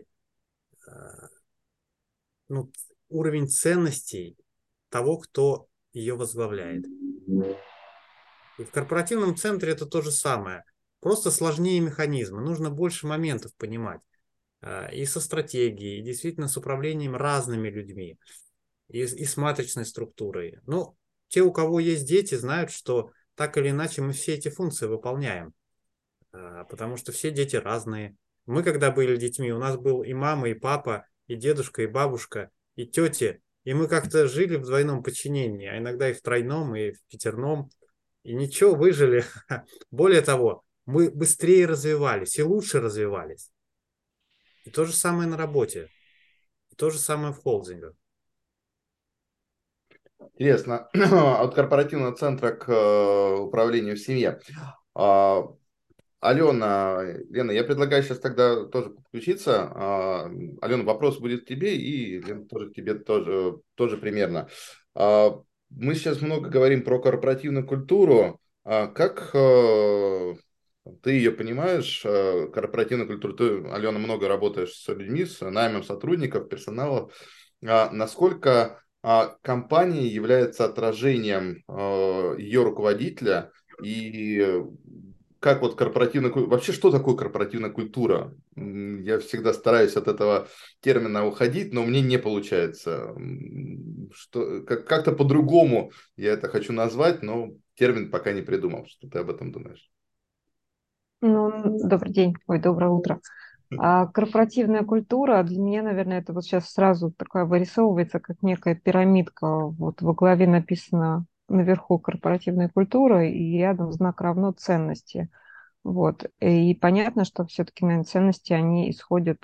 ну, уровень ценностей того, кто ее возглавляет. И в корпоративном центре это то же самое. Просто сложнее механизмы. Нужно больше моментов понимать. И со стратегией, и действительно с управлением разными людьми, и с матричной структурой. Ну, те, у кого есть дети, знают, что так или иначе мы все эти функции выполняем. Потому что все дети разные. Мы, когда были детьми, у нас был и мама, и папа, и дедушка, и бабушка, и тети. И мы как-то жили в двойном подчинении, а иногда и в тройном, и в пятерном. И ничего, выжили. Более того, мы быстрее развивались и лучше развивались. И то же самое на работе. И то же самое в холдингах. Интересно. От корпоративного центра к управлению в семье. Алена, Лена, я предлагаю сейчас тогда тоже подключиться. Алена, вопрос будет к тебе, и Лена тоже к тебе тоже примерно. Мы сейчас много говорим про корпоративную культуру. Как ты ее понимаешь, корпоративную культуру? Ты, Алена, много работаешь с людьми, с наймом сотрудников, персонала. Насколько компания является отражением ее руководителя, и как вот корпоративная культура, вообще что такое корпоративная культура? Я всегда стараюсь от этого термина уходить, но мне не получается. Как-то по-другому я это хочу назвать, но термин пока не придумал. Что ты об этом думаешь? Ну, добрый день, ой, доброе утро. Корпоративная культура для меня, наверное, это вот сейчас сразу такая вырисовывается, как некая пирамидка. Вот во главе написано наверху корпоративная культура и рядом знак равно ценности. Вот. И понятно, что все-таки, наверное, ценности, они исходят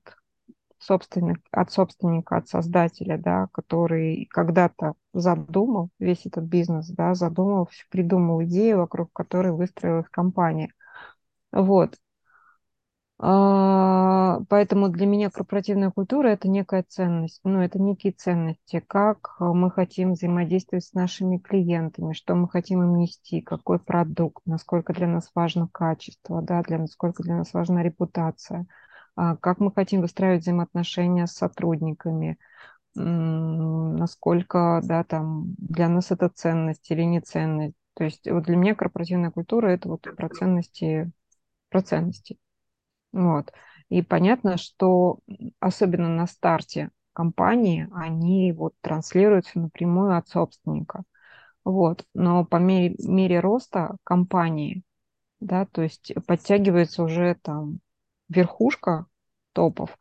от собственника, от создателя, да, который когда-то задумал весь этот бизнес, да, задумал, придумал идею, вокруг которой выстроилась компания. Вот. Поэтому для меня корпоративная культура – это некая ценность, ну, это некие ценности, как мы хотим взаимодействовать с нашими клиентами, что мы хотим им нести, какой продукт, насколько для нас важно качество, да, насколько для нас важна репутация, как мы хотим выстраивать взаимоотношения с сотрудниками, насколько, да, там для нас это ценность или не ценность. То есть вот для меня корпоративная культура – это вот про ценности. Вот. И понятно, что особенно на старте компании они вот транслируются напрямую от собственника. Вот. Но по мере роста компании, да, то есть подтягивается уже там верхушка топов.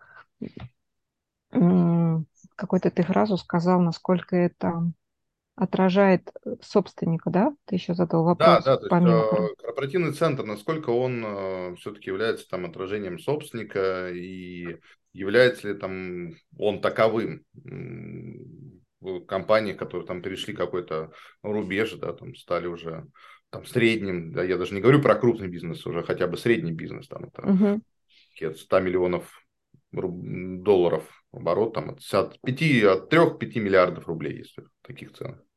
Какой-то ты фразу сказал, насколько это отражает собственника, да? Ты еще задал Да, вопрос да, то есть помимо корпоративный центр, насколько он все-таки является там отражением собственника и является ли там он таковым в компаниях, которые там перешли какой-то рубеж, да, там стали уже там средним, да, я даже не говорю про крупный бизнес, уже хотя бы средний бизнес, там это Мгм. от 100 миллионов долларов оборот, там от 5, от 3-5 миллиардов рублей, если в таких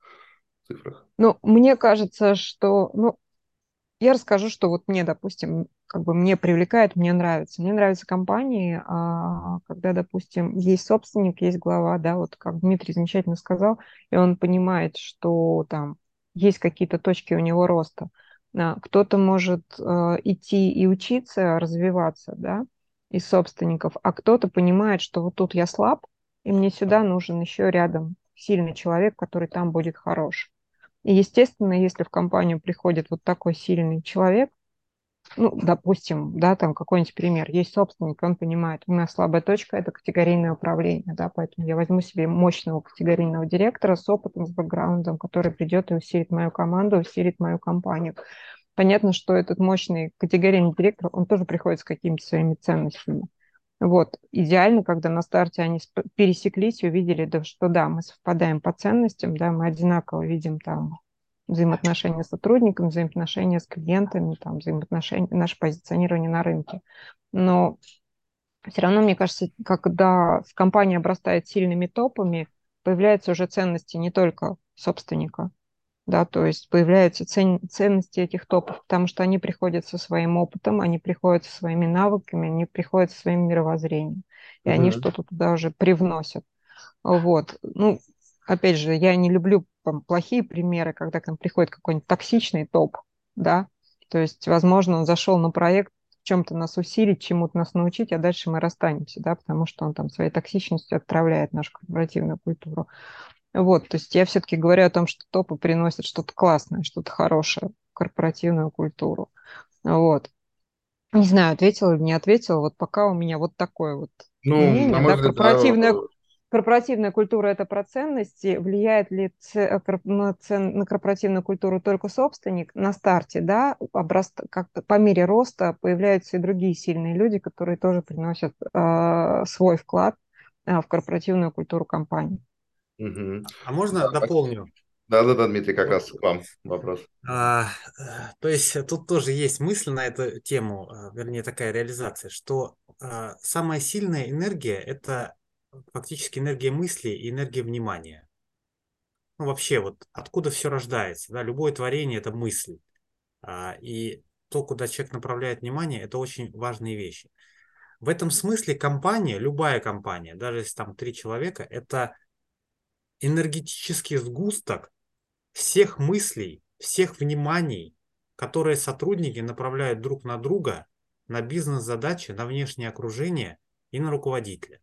цифрах. Ну, мне кажется, что, ну, я расскажу, что вот мне, допустим, как бы мне привлекает, мне нравится. Мне нравятся компании, когда, допустим, есть собственник, есть глава, да, вот как Дмитрий замечательно сказал, и он понимает, что там есть какие-то точки у него роста. Кто-то может идти и учиться, развиваться, да, из собственников, а кто-то понимает, что вот тут я слаб, и мне сюда нужен еще рядом сильный человек, который там будет хорош. И, естественно, если в компанию приходит вот такой сильный человек, ну, допустим, да, там какой-нибудь пример, есть собственник, он понимает, у меня слабая точка – это категорийное управление, да, поэтому я возьму себе мощного категорийного директора с опытом, с бэкграундом, который придет и усилит мою команду, усилит мою компанию. Понятно, что этот мощный категорийный директор, он тоже приходит с какими-то своими ценностями. Вот. Идеально, когда на старте они пересеклись и увидели, да, что да, мы совпадаем по ценностям, да, мы одинаково видим там взаимоотношения с сотрудниками, взаимоотношения с клиентами, там, взаимоотношения, наше позиционирование на рынке. Но все равно, мне кажется, когда компания обрастает сильными топами, появляются уже ценности не только собственника, да, то есть появляются ценности этих топов, потому что они приходят со своим опытом, они приходят со своими навыками, они приходят со своим мировоззрением, и они Мгм. что-то туда уже привносят. Вот. Ну, опять же, я не люблю там, плохие примеры, когда к нам приходит какой-нибудь токсичный топ, да, то есть, возможно, он зашел на проект в чем-то нас усилить, чему-то нас научить, а дальше мы расстанемся, да, потому что он там своей токсичностью отравляет нашу корпоративную культуру. Вот, то есть я все-таки говорю о том, что топы приносят что-то классное, что-то хорошее, корпоративную культуру. Вот. Не знаю, ответила или не ответила, вот пока у меня вот такое вот Ну, на мнение, мой да, взгляд, да, корпоративная культура – это про ценности, влияет ли на корпоративную культуру только собственник на старте, да, как по мере роста появляются и другие сильные люди, которые тоже приносят свой вклад в корпоративную культуру компании. мгм. А можно Да, дополню? да, Дмитрий, как Вот, раз к вам вопрос. а, то есть тут тоже есть мысль на эту тему, вернее такая реализация, что самая сильная энергия – это фактически энергия мысли и энергия внимания. Ну вообще вот откуда все рождается, да, любое творение – это мысль. И то, куда человек направляет внимание, это очень важные вещи. В этом смысле компания, любая компания, даже если там 3 человека, это энергетический сгусток всех мыслей, всех вниманий, которые сотрудники направляют друг на друга, на бизнес-задачи, на внешнее окружение и на руководителя.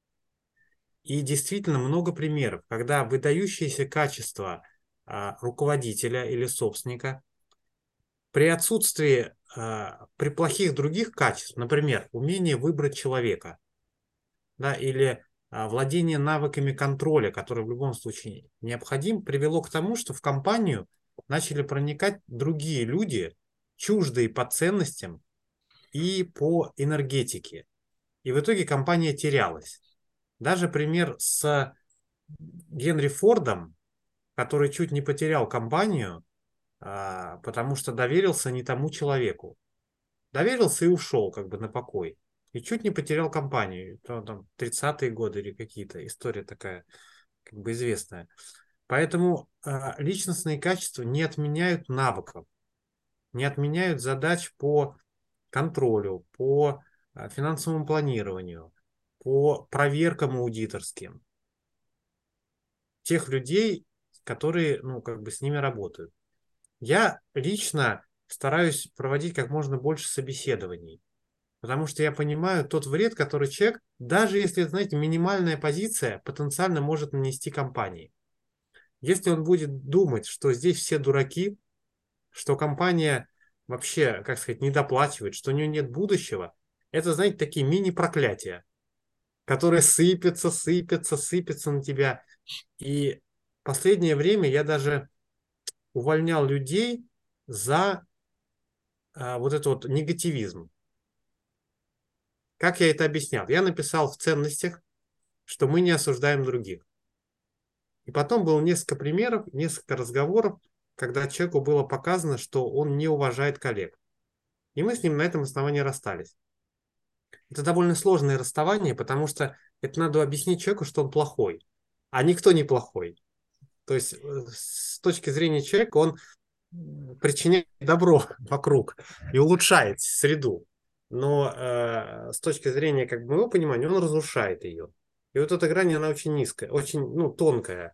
И действительно много примеров, когда выдающиеся качества руководителя или собственника при отсутствии, при плохих других качеств, например, умение выбрать человека, да, или владение навыками контроля, который в любом случае необходим, привело к тому, что в компанию начали проникать другие люди, чуждые по ценностям и по энергетике. И в итоге компания терялась. Даже пример с Генри Фордом, который чуть не потерял компанию, потому что доверился не тому человеку. доверился и ушел как бы на покой. И чуть не потерял компанию. Там 30-е годы или какие-то. История такая как бы известная. Поэтому личностные качества не отменяют навыков, не отменяют задач по контролю, по финансовому планированию, по проверкам аудиторским тех людей, которые, ну, как бы с ними работают. Я лично стараюсь проводить как можно больше собеседований, потому что я понимаю тот вред, который человек, даже если, знаете, минимальная позиция, потенциально может нанести компании. Если он будет думать, что здесь все дураки, что компания вообще, как сказать, недоплачивает, что у нее нет будущего, это, знаете, такие мини-проклятия, которые сыпятся на тебя. И в последнее время я даже увольнял людей за вот этот вот негативизм. Как я это объяснял? Я написал в ценностях, что мы не осуждаем других. И потом было несколько примеров, несколько разговоров, когда человеку было показано, что он не уважает коллег. И мы с ним на этом основании расстались. Это довольно сложное расставание, потому что это надо объяснить человеку, что он плохой. А никто не плохой. То есть с точки зрения человека он причиняет добро вокруг и улучшает среду. Но с точки зрения как бы, моего понимания, он разрушает ее. И вот эта грань, она очень низкая, очень тонкая.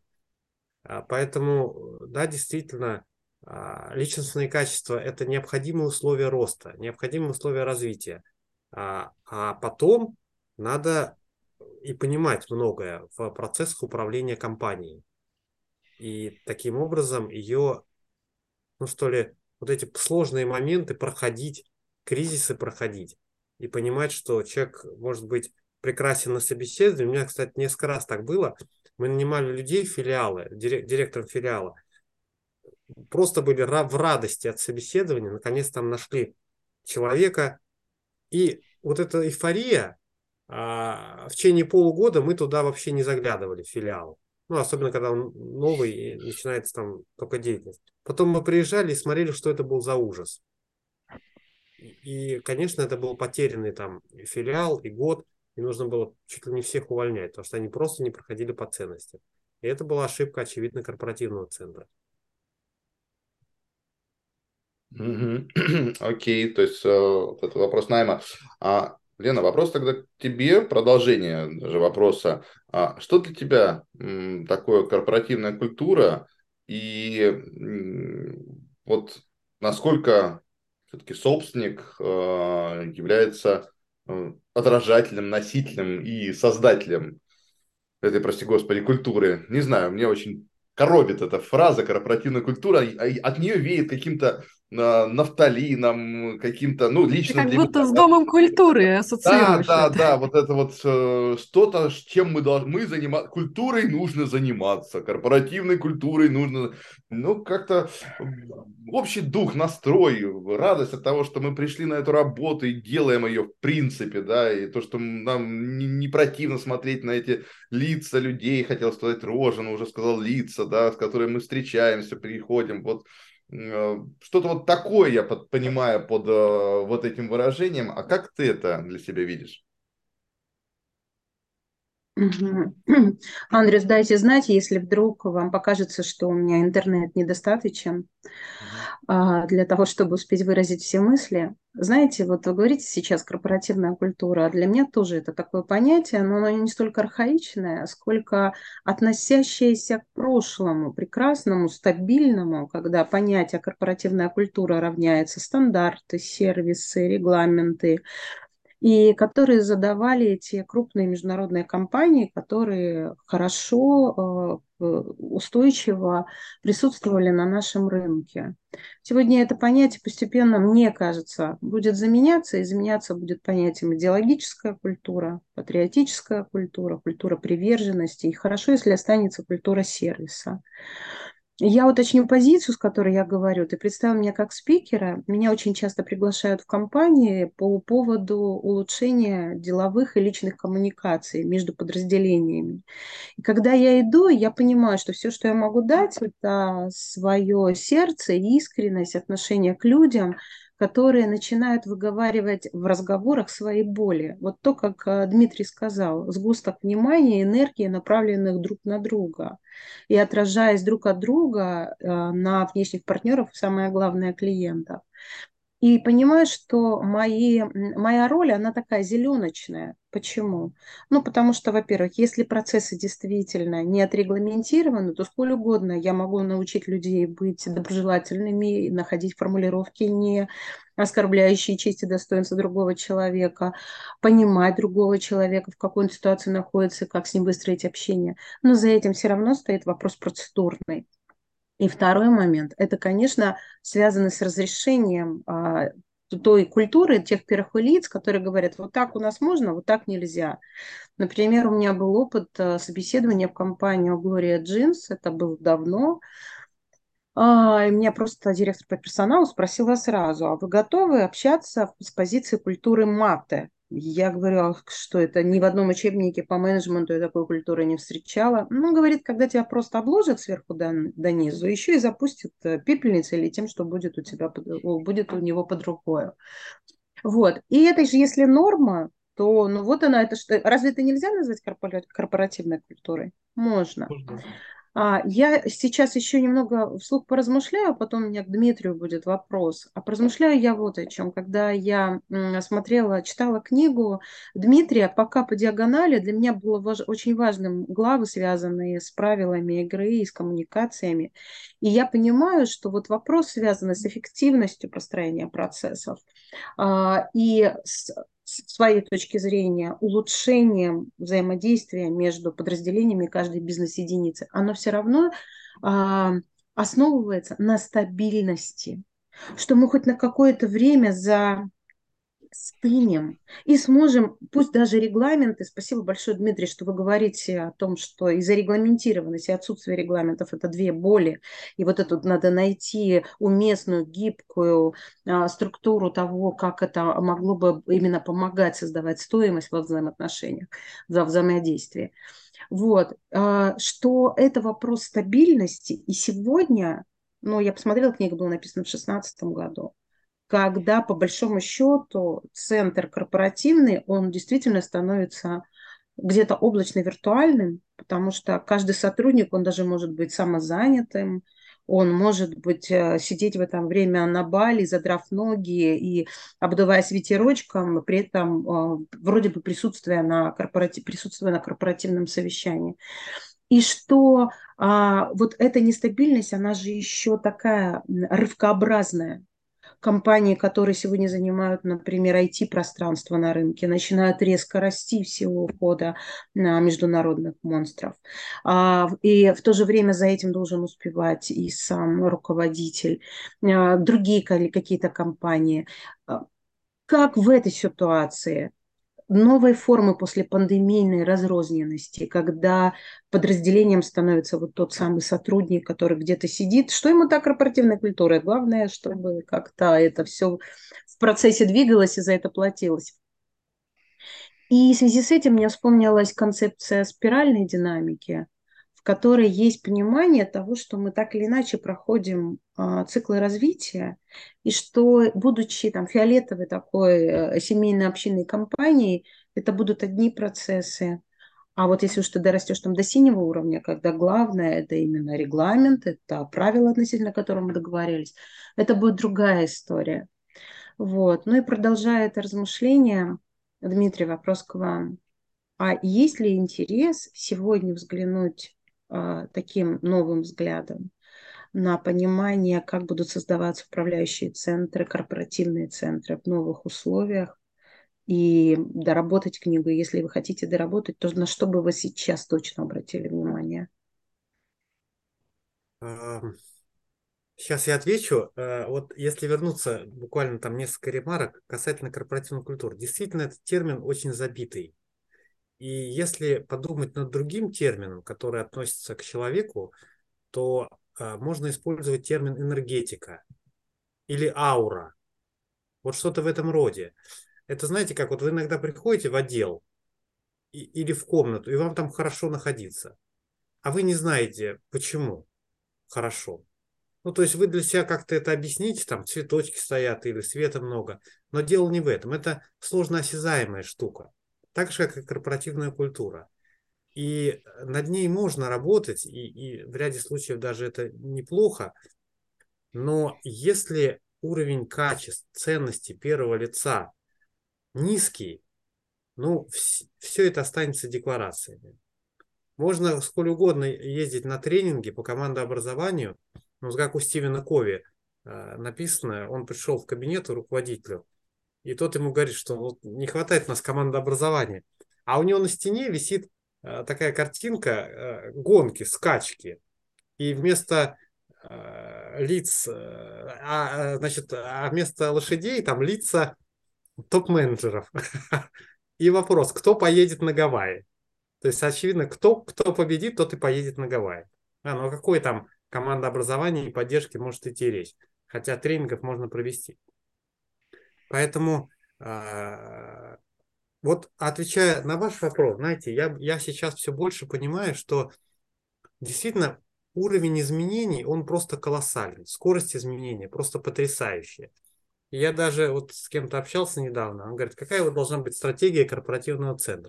Поэтому, да, действительно, личностные качества – это необходимые условия роста, необходимые условия развития. А потом надо и понимать многое в процессах управления компанией. И таким образом ее, ну что ли, вот эти сложные моменты проходить, кризисы проходить. И понимать, что человек может быть прекрасен на собеседовании. У меня, кстати, несколько раз так было. Мы нанимали людей в филиалы, директором филиала. Просто были в радости от собеседования. Наконец там нашли человека. И вот эта эйфория, в течение полугода мы туда вообще не заглядывали, в филиал. Ну, особенно, когда он новый и начинается там только деятельность. Потом мы приезжали и смотрели, что это был за ужас. И, конечно, это был потерянный там филиал и год, и нужно было чуть ли не всех увольнять, потому что они просто не проходили по ценности. И это была ошибка, очевидно, корпоративного центра. Мгм. Окей, то есть вот это вопрос найма. Лена, вопрос тогда к тебе, продолжение даже вопроса. Что для тебя такое корпоративная культура и вот насколько все-таки собственник является отражателем, носителем и создателем этой, прости господи, культуры? Не знаю, мне очень коробит эта фраза корпоративная культура, от нее веет каким-то нафталином, каким-то, ну, Ты лично как для будто меня. с домом культуры Да, ассоциируешь да, это. да, вот это вот что-то, чем мы должны заниматься, культурой нужно заниматься, корпоративной культурой нужно, ну, как-то общий дух, настрой, радость от того, что мы пришли на эту работу и делаем ее в принципе, да, и то, что нам не противно смотреть на эти лица людей, хотел сказать рожи, но уже сказал лица, да, с которыми мы встречаемся, приходим, вот что-то вот такое я понимаю под вот этим выражением. А как ты это для себя видишь? Мгм. Андрес, дайте знать, если вдруг вам покажется, что у меня интернет недостаточен Мгм. для того, чтобы успеть выразить все мысли. Знаете, вот вы говорите сейчас корпоративная культура, а для меня тоже это такое понятие, но оно не столько архаичное, сколько относящееся к прошлому, прекрасному, стабильному, когда понятие корпоративная культура равняется стандарты, сервисы, регламенты, и которые задавали эти крупные международные компании, которые хорошо, устойчиво присутствовали на нашем рынке. Сегодня это понятие постепенно, мне кажется, будет заменяться, и заменяться будет понятием идеологическая культура, патриотическая культура, культура приверженности, и хорошо, если останется культура сервиса. Я уточню позицию, с которой я говорю. Ты представил меня как спикера. Меня очень часто приглашают в компании по поводу улучшения деловых и личных коммуникаций между подразделениями. И когда я иду, я понимаю, что все, что я могу дать, это свое сердце, искренность, отношение к людям, которые начинают выговаривать в разговорах свои боли. Вот то, как Дмитрий сказал, сгусток внимания, энергии, направленных друг на друга. И отражаясь друг от друга на внешних партнеров, самое главное, клиентов. И понимаю, что моя роль, она такая зеленочная. Почему? Ну, потому что, во-первых, если процессы действительно не отрегламентированы, то сколь угодно я могу научить людей быть доброжелательными, находить формулировки, не оскорбляющие честь и достоинство другого человека, понимать другого человека, в какой он ситуации находится, как с ним выстроить общение. Но за этим все равно стоит вопрос процедурный. И второй момент, это, конечно, связано с разрешением той культуры, тех первых лиц, которые говорят, вот так у нас можно, вот так нельзя. Например, у меня был опыт собеседования в компанию Gloria Jeans, это было давно, и меня просто директор по персоналу спросила сразу, а вы готовы общаться с позиции культуры маты? Я говорю, а что это? Ни в одном учебнике по менеджменту я такой культуры не встречала. Ну, говорит, когда тебя просто обложат сверху до низу, еще и запустят пепельницей или тем, что будет у тебя, будет у него под рукой. Вот. И это же, если норма, то, ну вот она, это что, разве это нельзя назвать корпоративной культурой? Можно. Я сейчас еще немного вслух поразмышляю, а потом у меня к Дмитрию будет вопрос. А поразмышляю я вот о чем. Когда я читала книгу Дмитрия, пока по диагонали, для меня было очень важным главы, связанные с правилами игры и с коммуникациями. И я понимаю, что вот вопрос, связанный с эффективностью построения процессов и с своей точки зрения улучшением взаимодействия между подразделениями каждой бизнес-единицы, оно все равно основывается на стабильности, что мы хоть на какое-то время стынем и сможем, пусть даже регламенты, спасибо большое, Дмитрий, что вы говорите о том, что и зарегламентированность, и отсутствие регламентов – это две боли, и вот эту надо найти уместную, гибкую структуру того, как это могло бы именно помогать создавать стоимость во взаимоотношениях, во взаимодействии. Вот, что это вопрос стабильности, и сегодня, ну, я посмотрела, книга была написана в 2016 году, когда, по большому счету, центр корпоративный, он действительно становится где-то облачно-виртуальным, потому что каждый сотрудник, он даже может быть самозанятым, он может быть сидеть в это время на Бали, задрав ноги и обдуваясь ветерочком, при этом вроде бы присутствуя на корпоративном совещании. И что вот эта нестабильность, она же еще такая рывкообразная. Компании, которые сегодня занимают, например, IT-пространство на рынке, начинают резко расти в силу ухода на международных монстров. И в то же время за этим должен успевать и сам руководитель, другие какие-то компании. Как в этой ситуации новой формы после пандемийной разрозненности, когда подразделением становится вот тот самый сотрудник, который где-то сидит, что ему так корпоративная культура? Главное, чтобы как-то это все в процессе двигалось и за это платилось. И в связи с этим мне вспомнилась концепция спиральной динамики, в которой есть понимание того, что мы так или иначе проходим циклы развития, и что, будучи там фиолетовой такой семейной общинной компанией, это будут одни процессы. А вот если уж ты дорастешь там до синего уровня, когда главное это именно регламент, это правила, относительно которых мы договорились, это будет другая история. Вот. Ну и продолжая это размышление, Дмитрий, вопрос к вам. А есть ли интерес сегодня взглянуть таким новым взглядом на понимание, как будут создаваться управляющие центры, корпоративные центры в новых условиях, и доработать книгу? Если вы хотите доработать, то на что бы вы сейчас точно обратили внимание? Сейчас я отвечу. Вот если вернуться буквально там несколько ремарок касательно корпоративной культуры. Действительно, этот термин очень забитый. И если подумать над другим термином, который относится к человеку, то можно использовать термин энергетика или аура. Вот что-то в этом роде. Это знаете, как вот вы иногда приходите в отдел или в комнату, и вам там хорошо находиться, а вы не знаете, почему хорошо. Ну, то есть вы для себя как-то это объясните, там цветочки стоят или света много, но дело не в этом. Это сложно осязаемая штука, так же, как и корпоративная культура. И над ней можно работать, и в ряде случаев даже это неплохо, но если уровень качеств, ценности первого лица низкий, ну, все это останется декларациями. Можно сколь угодно ездить на тренинги по командообразованию, ну, как у Стивена Кови написано, он пришел в кабинет руководителю, и тот ему говорит, что вот не хватает у нас командообразования. А у него на стене висит такая картинка гонки, скачки. И вместо лиц, значит, вместо лошадей там лица топ-менеджеров. И вопрос, кто поедет на Гавайи? То есть, очевидно, кто победит, тот и поедет на Гавайи. Ну о какой там команда образования и поддержки может идти речь? Хотя тренингов можно провести. Поэтому вот отвечая на ваш вопрос, знаете, я сейчас все больше понимаю, что действительно уровень изменений, он просто колоссальный. Скорость изменения просто потрясающая. И я даже вот с кем-то общался недавно, он говорит, какая вот должна быть стратегия корпоративного центра?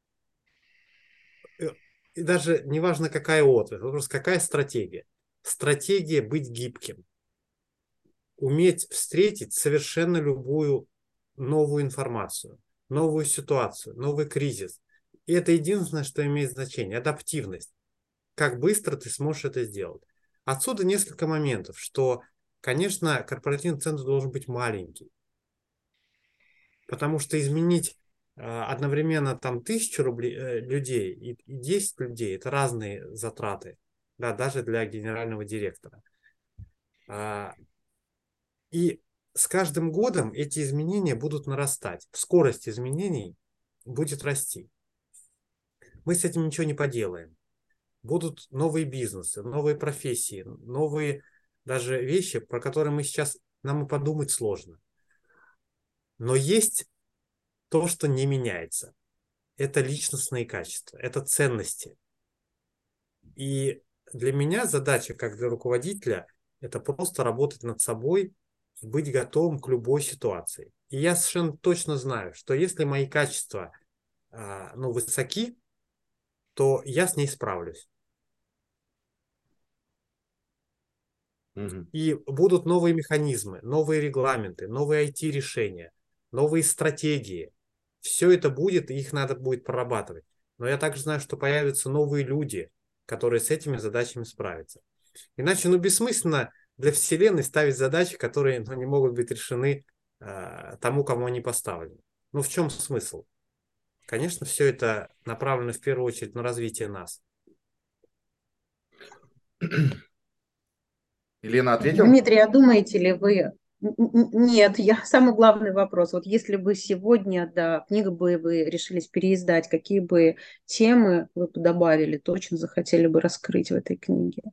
И даже неважно, какая отрасль, вопрос, какая стратегия? Стратегия быть гибким. Уметь встретить совершенно любую новую информацию, новую ситуацию, новый кризис. И это единственное, что имеет значение – адаптивность. Как быстро ты сможешь это сделать. Отсюда несколько моментов, что, конечно, корпоративный центр должен быть маленький, потому что изменить одновременно там 1000 людей и 10 людей – это разные затраты, да, даже для генерального директора. И с каждым годом эти изменения будут нарастать, скорость изменений будет расти. Мы с этим ничего не поделаем. Будут новые бизнесы, новые профессии, новые даже вещи, про которые мы сейчас нам и подумать сложно. Но есть то, что не меняется. Это личностные качества, это ценности. И для меня задача, как для руководителя, это просто работать над собой, быть готовым к любой ситуации. И я совершенно точно знаю, что если мои качества высоки, то я с ней справлюсь. И будут новые механизмы, новые регламенты, новые IT-решения, новые стратегии. Все это будет, и их надо будет прорабатывать. Но я также знаю, что появятся новые люди, которые с этими задачами справятся. Иначе, бессмысленно для Вселенной ставить задачи, которые не могут быть решены тому, кому они поставлены. В чем смысл? Конечно, все это направлено в первую очередь на развитие нас. Елена, ответил? Дмитрий, а думаете ли вы... Нет, самый главный вопрос. Вот если бы сегодня, да, книгу бы вы решились переиздать, какие бы темы вы бы добавили, точно захотели бы раскрыть в этой книге?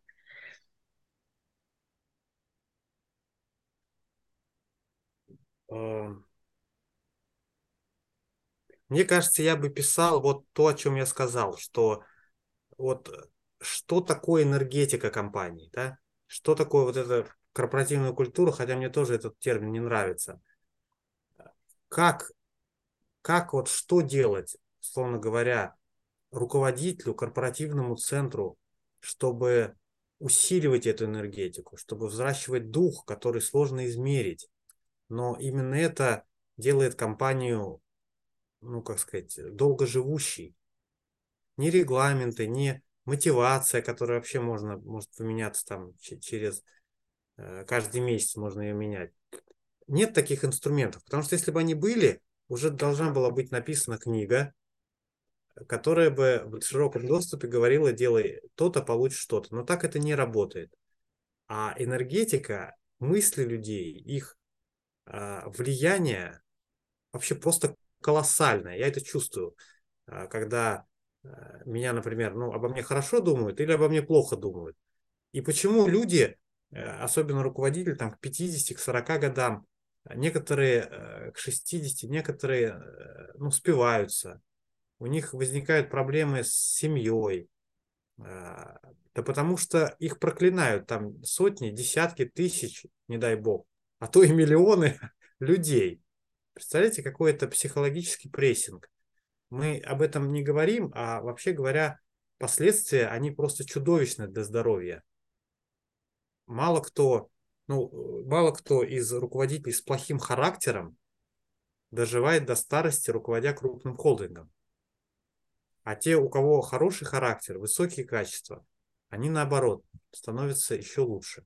Мне кажется, я бы писал вот то, о чем я сказал, что вот что такое энергетика компании, да? Что такое вот эта корпоративная культура, хотя мне тоже этот термин не нравится. Как вот что делать, условно говоря, руководителю, корпоративному центру, чтобы усиливать эту энергетику, чтобы взращивать дух, который сложно измерить. Но именно это делает компанию, долгоживущей. Ни регламенты, ни мотивация, которая вообще может поменяться там через каждый месяц можно ее менять. Нет таких инструментов, потому что если бы они были, уже должна была быть написана книга, которая бы в широком доступе говорила, делай то-то, получишь что-то. Но так это не работает. А энергетика, мысли людей, их влияние вообще просто колоссальное. Я это чувствую, когда меня, например, обо мне хорошо думают или обо мне плохо думают. И почему люди, особенно руководители, там, к 50, к 40 годам, некоторые к 60, некоторые спиваются, у них возникают проблемы с семьей, Да потому что их проклинают там сотни, десятки тысяч, не дай бог, а то и миллионы людей. Представляете, какой это психологический прессинг. Мы об этом не говорим, а вообще говоря, последствия, они просто чудовищны для здоровья. Мало кто, мало кто из руководителей с плохим характером доживает до старости, руководя крупным холдингом. А те, у кого хороший характер, высокие качества, они наоборот становятся еще лучше.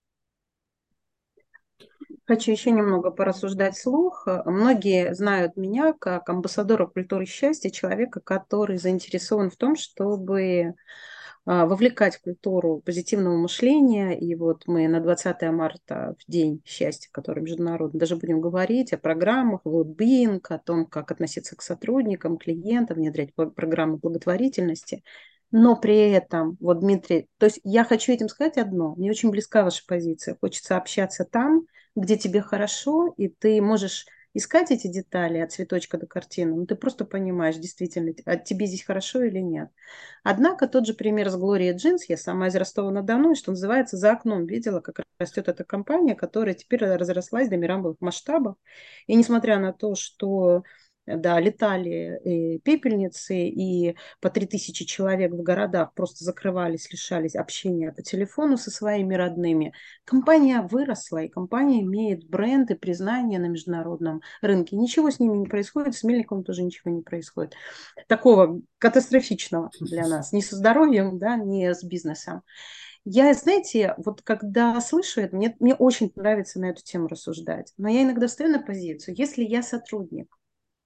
Хочу еще немного порассуждать вслух. Многие знают меня как амбассадора культуры счастья, человека, который заинтересован в том, чтобы вовлекать в культуру позитивного мышления. И вот мы на 20 марта, в День счастья, который международный, даже будем говорить о программах, well-being, о том, как относиться к сотрудникам, клиентам, внедрять программы благотворительности. Но при этом, вот, Дмитрий, то есть я хочу этим сказать одно. Мне очень близка ваша позиция. Хочется общаться там, где тебе хорошо, и ты можешь искать эти детали от цветочка до картины, но ты просто понимаешь, действительно, тебе здесь хорошо или нет. Однако тот же пример с Gloria Jeans, я сама из Ростова-на-Дону, и что называется, за окном видела, как растет эта компания, которая теперь разрослась до мировых масштабов. И несмотря на то, что да, летали и пепельницы, и по 3000 человек в городах просто закрывались, лишались общения по телефону со своими родными. Компания выросла, и компания имеет бренд и признание на международном рынке. Ничего с ними не происходит, с Мельниковым тоже ничего не происходит. Такого катастрофичного для нас. Ни со здоровьем, да, ни с бизнесом. Я, знаете, вот когда слышу это, мне очень нравится на эту тему рассуждать. Но я иногда встаю на позицию, если я сотрудник,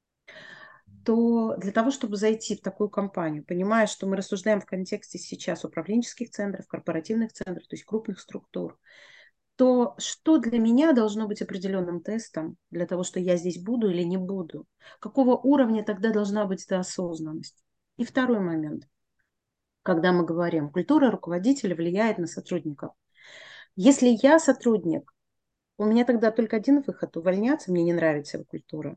то для того, чтобы зайти в такую компанию, понимая, что мы рассуждаем в контексте сейчас управленческих центров, корпоративных центров, то есть крупных структур, то что для меня должно быть определенным тестом для того, что я здесь буду или не буду? Какого уровня тогда должна быть эта осознанность? И второй момент, когда мы говорим, культура руководителя влияет на сотрудников. Если я сотрудник, у меня тогда только один выход – увольняться, мне не нравится его культура.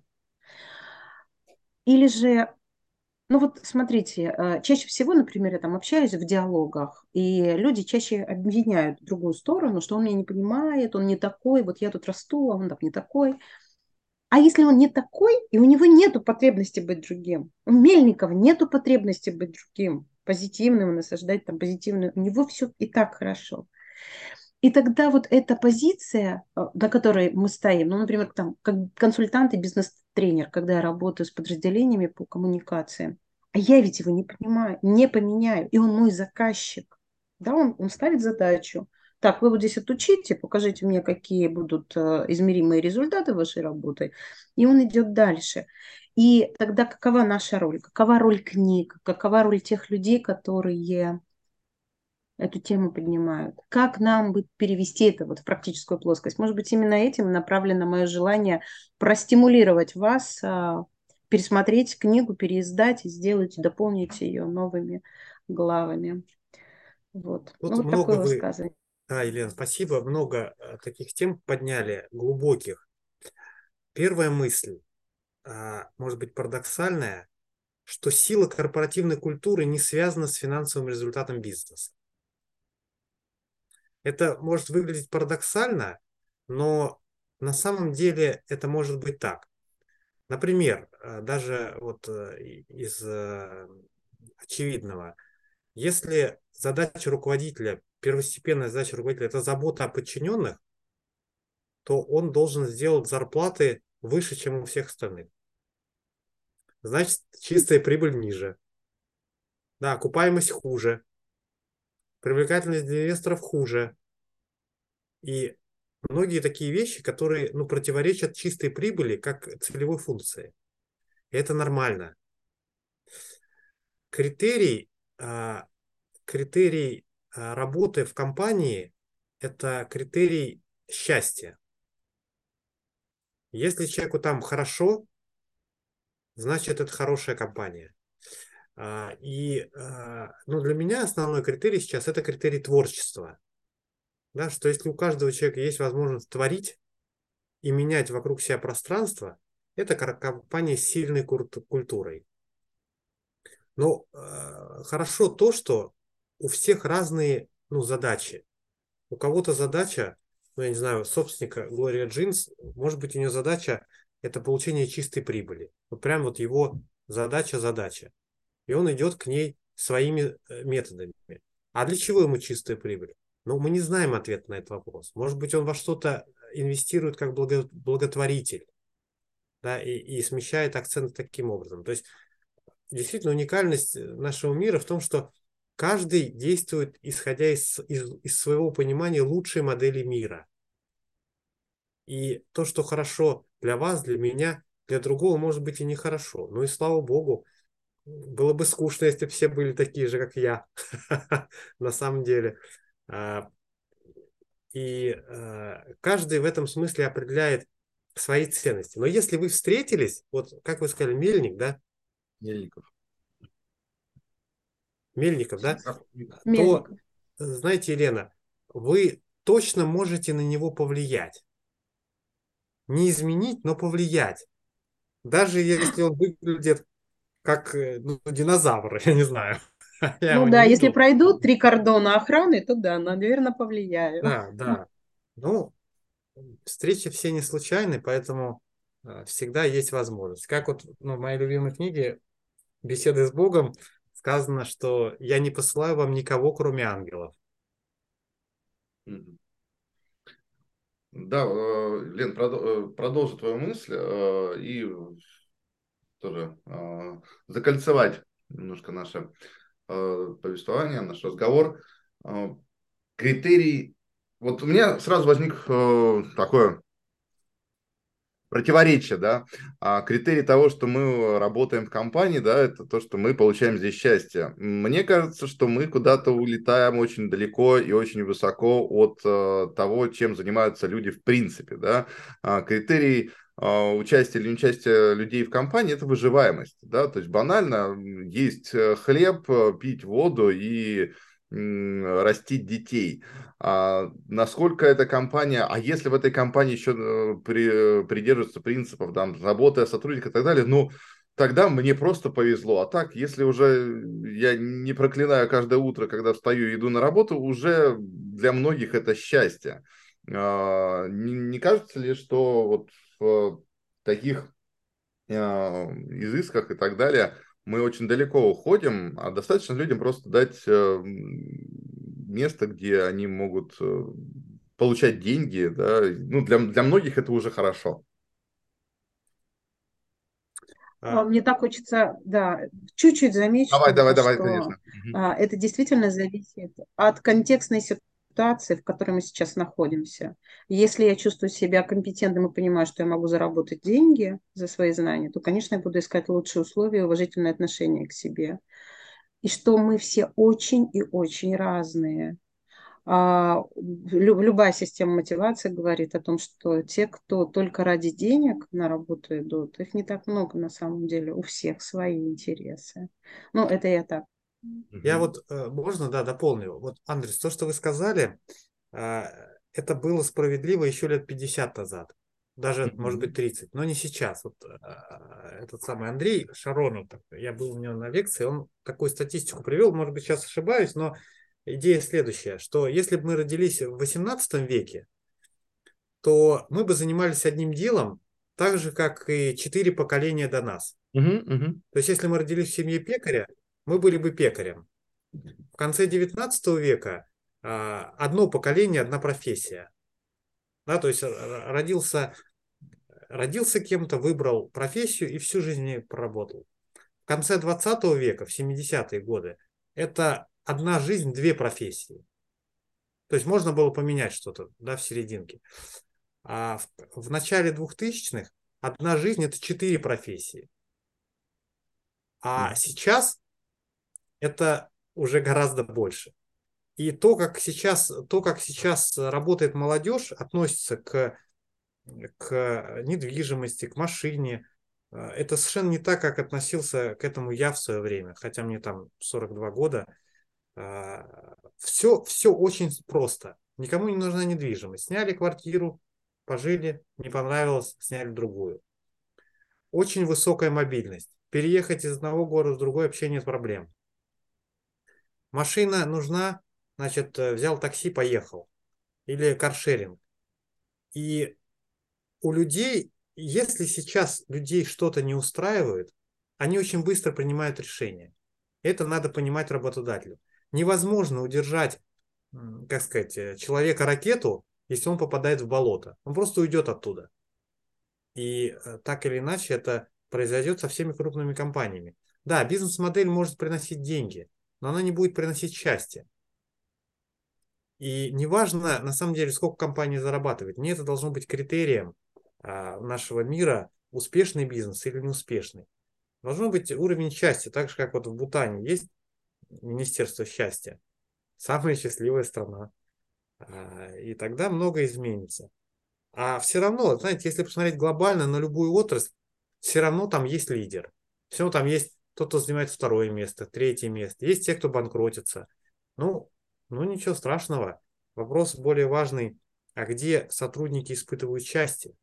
Или же, ну вот смотрите, чаще всего, например, я там общаюсь в диалогах, и люди чаще обвиняют другую сторону, что он меня не понимает, он не такой, вот я тут расту, а он так не такой. А если он не такой, и у него нет потребности быть другим, у Мельникова нет потребности быть другим, позитивным, насаждать там позитивную, у него все и так хорошо. И тогда вот эта позиция, на которой мы стоим, ну, например, там, как консультант и бизнес-тренер, когда я работаю с подразделениями по коммуникациям, а я ведь его не понимаю, не поменяю, и он мой заказчик. Да, он ставит задачу. Так, вы вот здесь отучите, покажите мне, какие будут измеримые результаты вашей работы, и он идет дальше. И тогда какова наша роль? Какова роль книг? Какова роль тех людей, которые эту тему поднимают? Как нам бы перевести это вот в практическую плоскость? Может быть, именно этим направлено мое желание простимулировать вас, пересмотреть книгу, переиздать и сделать, дополнить ее новыми главами. Вот. Тут Ну, вот много такое вы, высказывание. да, Елена, спасибо, много таких тем подняли, глубоких. Первая мысль, может быть, парадоксальная, что сила корпоративной культуры не связана с финансовым результатом бизнеса. Это может выглядеть парадоксально, но на самом деле это может быть так. Например, даже вот из очевидного, если задача руководителя, первостепенная задача руководителя – это забота о подчиненных, то он должен сделать зарплаты выше, чем у всех остальных. Значит, чистая прибыль ниже. Да, окупаемость хуже. Привлекательность для инвесторов хуже. И многие такие вещи, которые противоречат чистой прибыли как целевой функции. И это нормально. Критерий работы в компании – это критерий счастья. Если человеку там хорошо, значит, это хорошая компания. И для меня основной критерий сейчас – это критерий творчества. Да, что если у каждого человека есть возможность творить и менять вокруг себя пространство, это компания с сильной культурой. Но хорошо то, что у всех разные, ну, задачи. У кого-то задача, ну, я не знаю, собственника Gloria Jeans, может быть, у нее задача это получение чистой прибыли. Вот прям вот его задача. И он идет к ней своими методами. А для чего ему чистая прибыль? Ну, мы не знаем ответ на этот вопрос. Может быть, он во что-то инвестирует как благотворитель, да, и смещает акцент таким образом. То есть, действительно, уникальность нашего мира в том, что каждый действует, исходя из своего понимания лучшей модели мира. И то, что хорошо для вас, для меня, для другого, может быть и нехорошо. Ну и слава богу, было бы скучно, если бы все были такие же, как я, на самом деле. И каждый в этом смысле определяет свои ценности. Но если вы встретились, вот как вы сказали, Мельник, да? Мельников, да? То, Мельников. знаете, Елена, вы точно можете на него повлиять. Не изменить, но повлиять. Даже если он выглядит как динозавр, я не знаю. Я Ну его да, не если видел. пройдут 3 кордона охраны, то да, наверное, повлияю. Да. Ну, встречи все не случайны, поэтому всегда есть возможность. Как вот в моей любимой книге «Беседы с Богом» сказано, что я не посылаю вам никого, кроме ангелов. Да, Лен, продолжу твою мысль и тоже закольцевать немножко наше повествование, наш разговор. Критерий. Вот у меня сразу возник такое противоречие, да. Критерий того, что мы работаем в компании, да, это то, что мы получаем здесь счастье. Мне кажется, что мы куда-то улетаем очень далеко и очень высоко от того, чем занимаются люди в принципе, да. Критерий участия или неучастия людей в компании – это выживаемость, да, то есть банально есть хлеб, пить воду и растить детей. Насколько эта компания, а если в этой компании еще придерживаться принципов, там, заботы о сотрудниках и так далее, ну, тогда мне просто повезло. А так, если уже я не проклинаю каждое утро, когда встаю и иду на работу, уже для многих это счастье. Не кажется ли, что вот в таких изысках и так далее мы очень далеко уходим, а достаточно людям просто дать место, где они могут получать деньги, да, ну, для многих это уже хорошо. Мне так хочется, да, чуть-чуть замечу Давай, только, что конечно. это действительно зависит от контекстной ситуации, в которой мы сейчас находимся. Если я чувствую себя компетентным и понимаю, что я могу заработать деньги за свои знания, то, конечно, я буду искать лучшие условия и уважительное отношение к себе. И что мы все очень и очень разные. Любая система мотивации говорит о том, что те, кто только ради денег на работу идут, их не так много на самом деле, у всех свои интересы. Ну, это я так. Я вот, можно, да, дополню. Вот, Андрей, то, что вы сказали, это было справедливо еще лет 50 назад. Даже, может быть, 30, но не сейчас. Вот этот самый Андрей Шаронов, я был у него на лекции, он такую статистику привел, может быть, сейчас ошибаюсь, но идея следующая, что если бы мы родились в 18 веке, то мы бы занимались одним делом, так же, как и 4 поколения до нас. То есть, если мы родились в семье пекаря, мы были бы пекарем. В конце 19 века одно поколение, одна профессия. Да, то есть родился кем-то, выбрал профессию и всю жизнь в ней проработал. В конце 20 века, в 70-е годы, это одна жизнь, две профессии. То есть можно было поменять что-то, да, в серединке. А в начале 2000-х одна жизнь – это 4 профессии. А сейчас это уже гораздо больше. И то, как сейчас работает молодежь, относится к недвижимости, к машине, это совершенно не так, как относился к этому я в свое время, хотя мне там 42 года. Все очень просто. Никому не нужна недвижимость. Сняли квартиру, пожили, не понравилось, сняли другую. Очень высокая мобильность. Переехать из одного города в другой вообще нет проблем. Машина нужна, значит, взял такси, поехал. Или каршеринг. И у людей, если сейчас людей что-то не устраивает, они очень быстро принимают решение. Это надо понимать работодателю. Невозможно удержать, как сказать, человека-ракету, если он попадает в болото. Он просто уйдет оттуда. И так или иначе это произойдет со всеми крупными компаниями. Да, бизнес-модель может приносить деньги, но она не будет приносить счастье. И неважно, на самом деле, сколько компания зарабатывает. Не это должно быть критерием нашего мира, успешный бизнес или неуспешный. Должно быть уровень счастья, так же, как вот в Бутане есть Министерство счастья. Самая счастливая страна. И тогда многое изменится. А все равно, знаете, если посмотреть глобально на любую отрасль, все равно там есть лидер. Все равно там есть тот, кто занимает второе место, третье место. Есть те, кто банкротится. Ну, ничего страшного. Вопрос более важный, а где сотрудники испытывают счастье?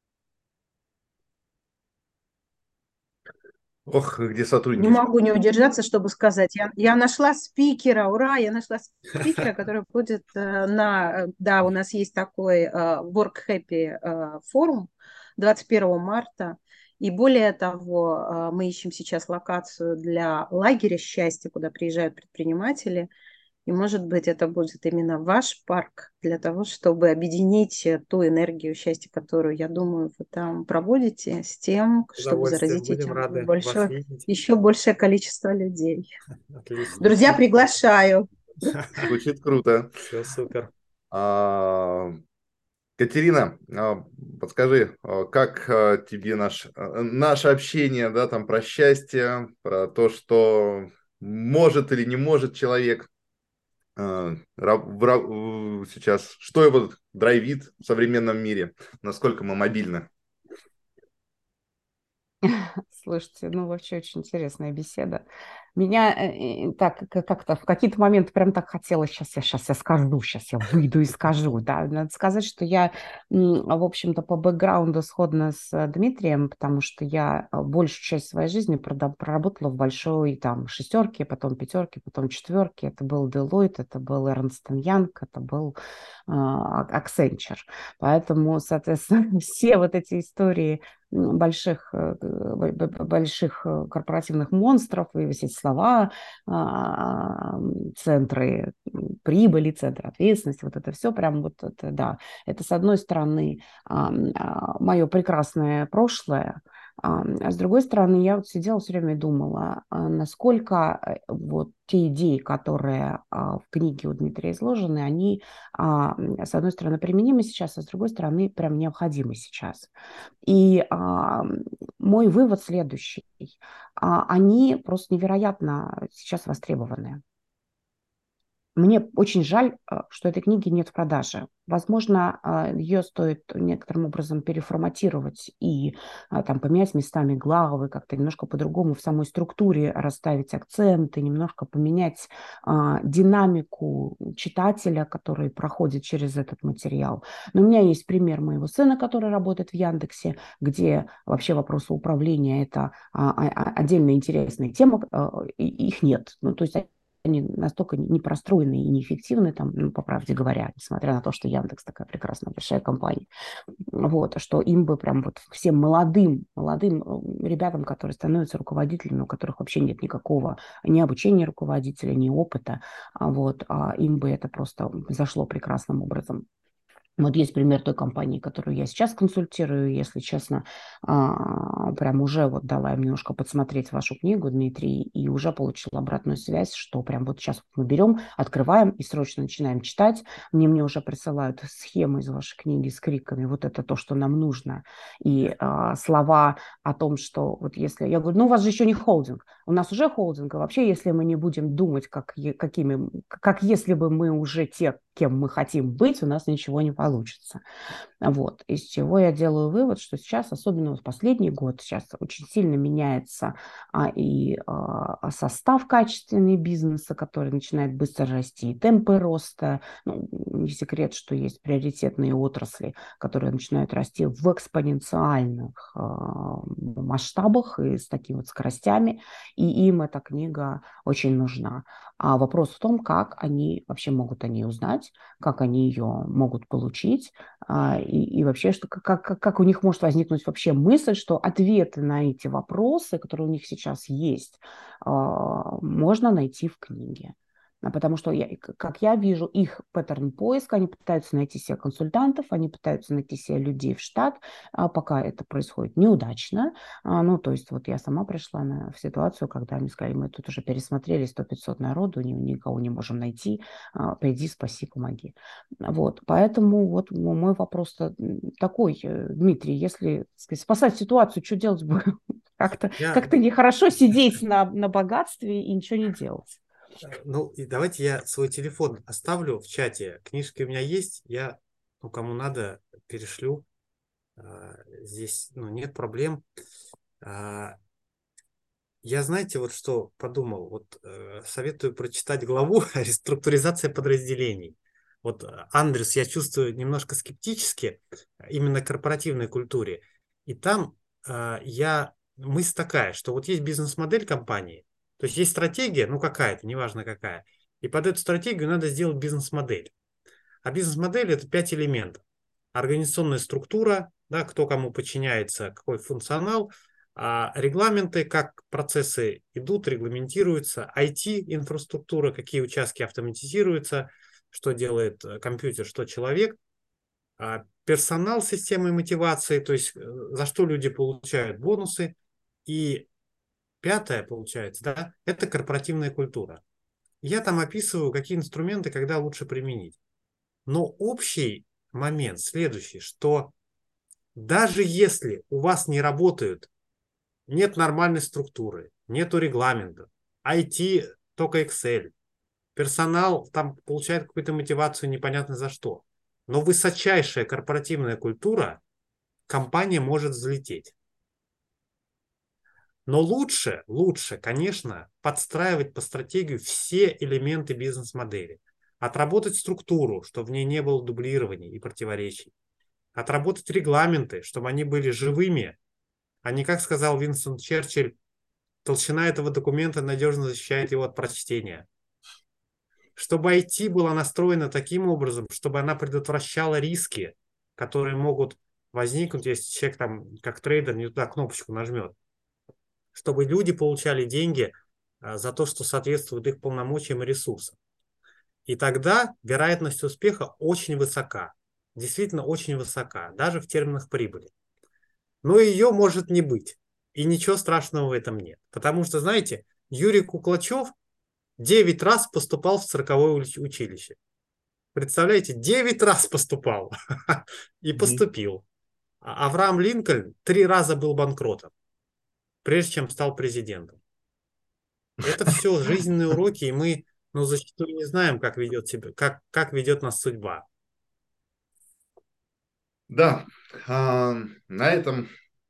Ох, где Не сотрудники. могу не удержаться, чтобы сказать. Я нашла спикера, ура, я нашла спикера, который будет да, у нас есть такой Work Happy форум 21 марта. И более того, мы ищем сейчас локацию для лагеря счастья, куда приезжают предприниматели. И, может быть, это будет именно ваш парк для того, чтобы объединить ту энергию счастья, которую, я думаю, вы там проводите, с тем, С чтобы удовольствием. заразить Будем этим рады вас большое, видеть. еще большее количество людей. Отлично. Друзья, приглашаю. Звучит круто. Все супер. А, Катерина, подскажи, как тебе наше общение, да, там про счастье, про то, что может или не может человек сейчас, что его драйвит в современном мире, насколько мы мобильны? Слушайте, ну вообще очень интересная беседа. Меня так как-то в какие-то моменты прям так хотелось, сейчас я скажу, сейчас я выйду и скажу, да. Надо сказать, что я, в общем-то, по бэкграунду сходна с Дмитрием, потому что я большую часть своей жизни проработала в большой там шестерке, потом пятерке, потом четверке. Это был Deloitte, это был Ernst Young, это был Accenture. Поэтому, соответственно, все вот эти истории больших корпоративных монстров, и все эти слова, центры прибыли, центры ответственности, вот это все прям вот это, да, это с одной стороны мое прекрасное прошлое, а с другой стороны, я вот сидела все время и думала, насколько вот те идеи, которые в книге у Дмитрия изложены, они, с одной стороны, применимы сейчас, а с другой стороны, прям необходимы сейчас. И мой вывод следующий. Они просто невероятно сейчас востребованы. Мне очень жаль, что этой книги нет в продаже. Возможно, ее стоит некоторым образом переформатировать и там, поменять местами главы, как-то немножко по-другому в самой структуре расставить акценты, немножко поменять динамику читателя, который проходит через этот материал. Но у меня есть пример моего сына, который работает в Яндексе, где вообще вопросы управления – это отдельно интересная тема, их нет. Ну, то есть они настолько не простроены и неэффективны, там, ну, по правде говоря, несмотря на то, что Яндекс такая прекрасная большая компания, вот, что им бы прям вот всем молодым ребятам, которые становятся руководителями, у которых вообще нет никакого ни обучения руководителя, ни опыта, вот, им бы это просто зашло прекрасным образом. Вот есть пример той компании, которую я сейчас консультирую, если честно, прям уже вот дала им немножко подсмотреть вашу книгу, Дмитрий, и уже получила обратную связь, что прям вот сейчас мы берем, открываем и срочно начинаем читать. Мне уже присылают схемы из вашей книги с криками, вот это то, что нам нужно, и слова о том, что вот если... Я говорю, ну у вас же еще не холдинг, у нас уже холдинг, и вообще если мы не будем думать, как если бы мы уже те, кем мы хотим быть, у нас ничего не получится. Вот. Из чего я делаю вывод, что сейчас, особенно в последний год, сейчас очень сильно меняется состав качественный бизнеса, который начинает быстро расти, и темпы роста. Ну, не секрет, что есть приоритетные отрасли, которые начинают расти в экспоненциальных масштабах и с такими вот скоростями, и им эта книга очень нужна. А вопрос в том, как они вообще могут о ней узнать, как они ее могут получить, и вообще, что, как у них может возникнуть вообще мысль, что ответы на эти вопросы, которые у них сейчас есть, можно найти в книге. Потому что, как я вижу, их паттерн поиска, они пытаются найти себе консультантов, они пытаются найти себе людей в штат, пока это происходит неудачно. Ну, то есть вот я сама пришла в ситуацию, когда мне сказали, мы тут уже пересмотрели 100-500 народу, никого не можем найти, приди, спаси, помоги. Вот, поэтому вот мой вопрос такой, Дмитрий, если, так сказать, спасать ситуацию, что делать будем? Как-то нехорошо сидеть на богатстве и ничего не делать. Ну, и давайте я свой телефон оставлю в чате. Книжки у меня есть, я, кому надо, перешлю. Здесь, нет проблем. Я, знаете, вот что подумал. Вот советую прочитать главу «Реструктуризация подразделений». Вот, Андрес, я чувствую немножко скептически именно к корпоративной культуре. И там мысль такая, что вот есть бизнес-модель компании, то есть стратегия, какая-то, неважно какая, и под эту стратегию надо сделать бизнес-модель. А бизнес-модель – это 5 элементов. Организационная структура, да, кто кому подчиняется, какой функционал, регламенты, как процессы идут, регламентируются, IT-инфраструктура, какие участки автоматизируются, что делает компьютер, что человек, персонал с системой мотивации, то есть за что люди получают бонусы, и пятое, получается, да, это корпоративная культура. Я там описываю, какие инструменты, когда лучше применить. Но общий момент следующий, что даже если у вас не работают, нет нормальной структуры, нету регламентов, IT только Excel, персонал там получает какую-то мотивацию непонятно за что, но высочайшая корпоративная культура, компания может взлететь. Но лучше, конечно, подстраивать по стратегию все элементы бизнес-модели. Отработать структуру, чтобы в ней не было дублирований и противоречий. Отработать регламенты, чтобы они были живыми, а не, как сказал Винстон Черчилль, толщина этого документа надежно защищает его от прочтения. Чтобы IT была настроена таким образом, чтобы она предотвращала риски, которые могут возникнуть, если человек там, как трейдер, не туда кнопочку нажмет. Чтобы люди получали деньги за то, что соответствует их полномочиям и ресурсам. И тогда вероятность успеха очень высока. Действительно очень высока, даже в терминах прибыли. Но ее может не быть. И ничего страшного в этом нет. Потому что, знаете, Юрий Куклачев 9 раз поступал в цирковое училище. Представляете, 9 раз поступал и поступил. Авраам Линкольн 3 раза был банкротом, прежде чем стал президентом. Это все жизненные уроки, и мы зачастую не знаем, как ведет себя, как ведет нас судьба. Да, на этом,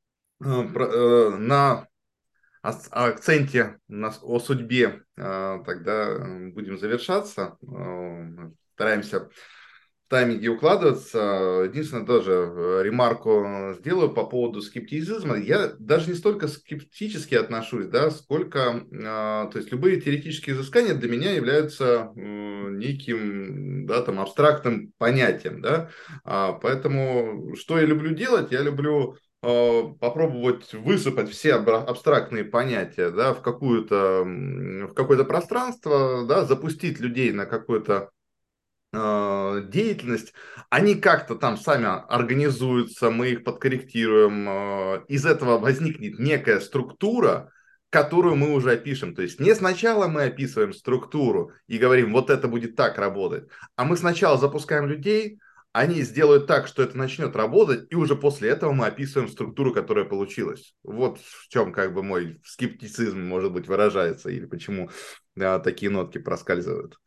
на акценте о судьбе тогда будем завершаться. Стараемся в тайминге укладываться. Единственное, тоже ремарку сделаю по поводу скептицизма. Я даже не столько скептически отношусь, да, сколько, то есть любые теоретические изыскания для меня являются неким, да, там, абстрактным понятием, да. Поэтому что я люблю делать? Я люблю попробовать высыпать все абстрактные понятия, да, в какое-то пространство, да, запустить людей на какую-то деятельность, они как-то там сами организуются, мы их подкорректируем, из этого возникнет некая структура, которую мы уже опишем. То есть не сначала мы описываем структуру и говорим, вот это будет так работать, а мы сначала запускаем людей, они сделают так, что это начнет работать, и уже после этого мы описываем структуру, которая получилась. Вот в чем как бы мой скептицизм, может быть, выражается, или почему такие нотки проскальзывают.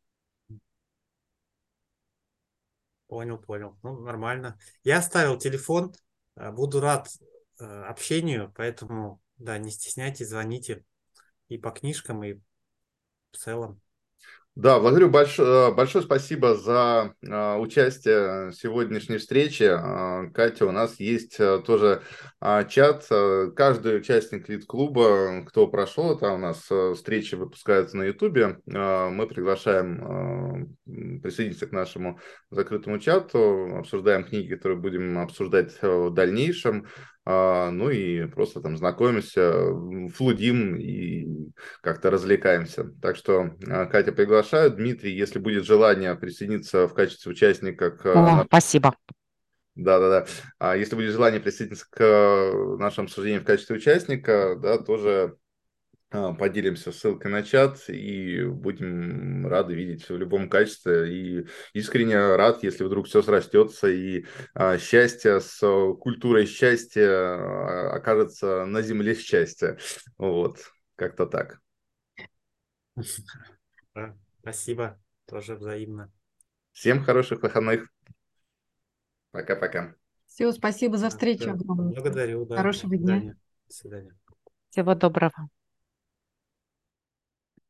Понял. Нормально. Я оставил телефон, буду рад общению, поэтому, да, не стесняйтесь, звоните и по книжкам, и в целом. Да, благодарю большое спасибо за участие в сегодняшней встрече. Катя, у нас есть тоже чат. Каждый участник лид-клуба, кто прошел, там у нас встречи выпускаются на Ютубе. Мы приглашаем присоединиться к нашему закрытому чату, обсуждаем книги, которые будем обсуждать в дальнейшем. Ну и просто там знакомимся, флудим и как-то развлекаемся. Так что, Катя, приглашаю. Дмитрий, если будет желание присоединиться в качестве участника к О, спасибо. Да-да-да. Если будет желание присоединиться к нашему обсуждению в качестве участника, да, тоже поделимся ссылкой на чат и будем рады видеть в любом качестве. И искренне рад, если вдруг все срастется и счастье с культурой счастья окажется на земле счастья. Вот, как-то так. Спасибо, тоже взаимно. Всем хороших выходных. Пока-пока. Все, спасибо за встречу огромное. Благодарю, да. Хорошего До дня. свидания. До свидания. Всего доброго.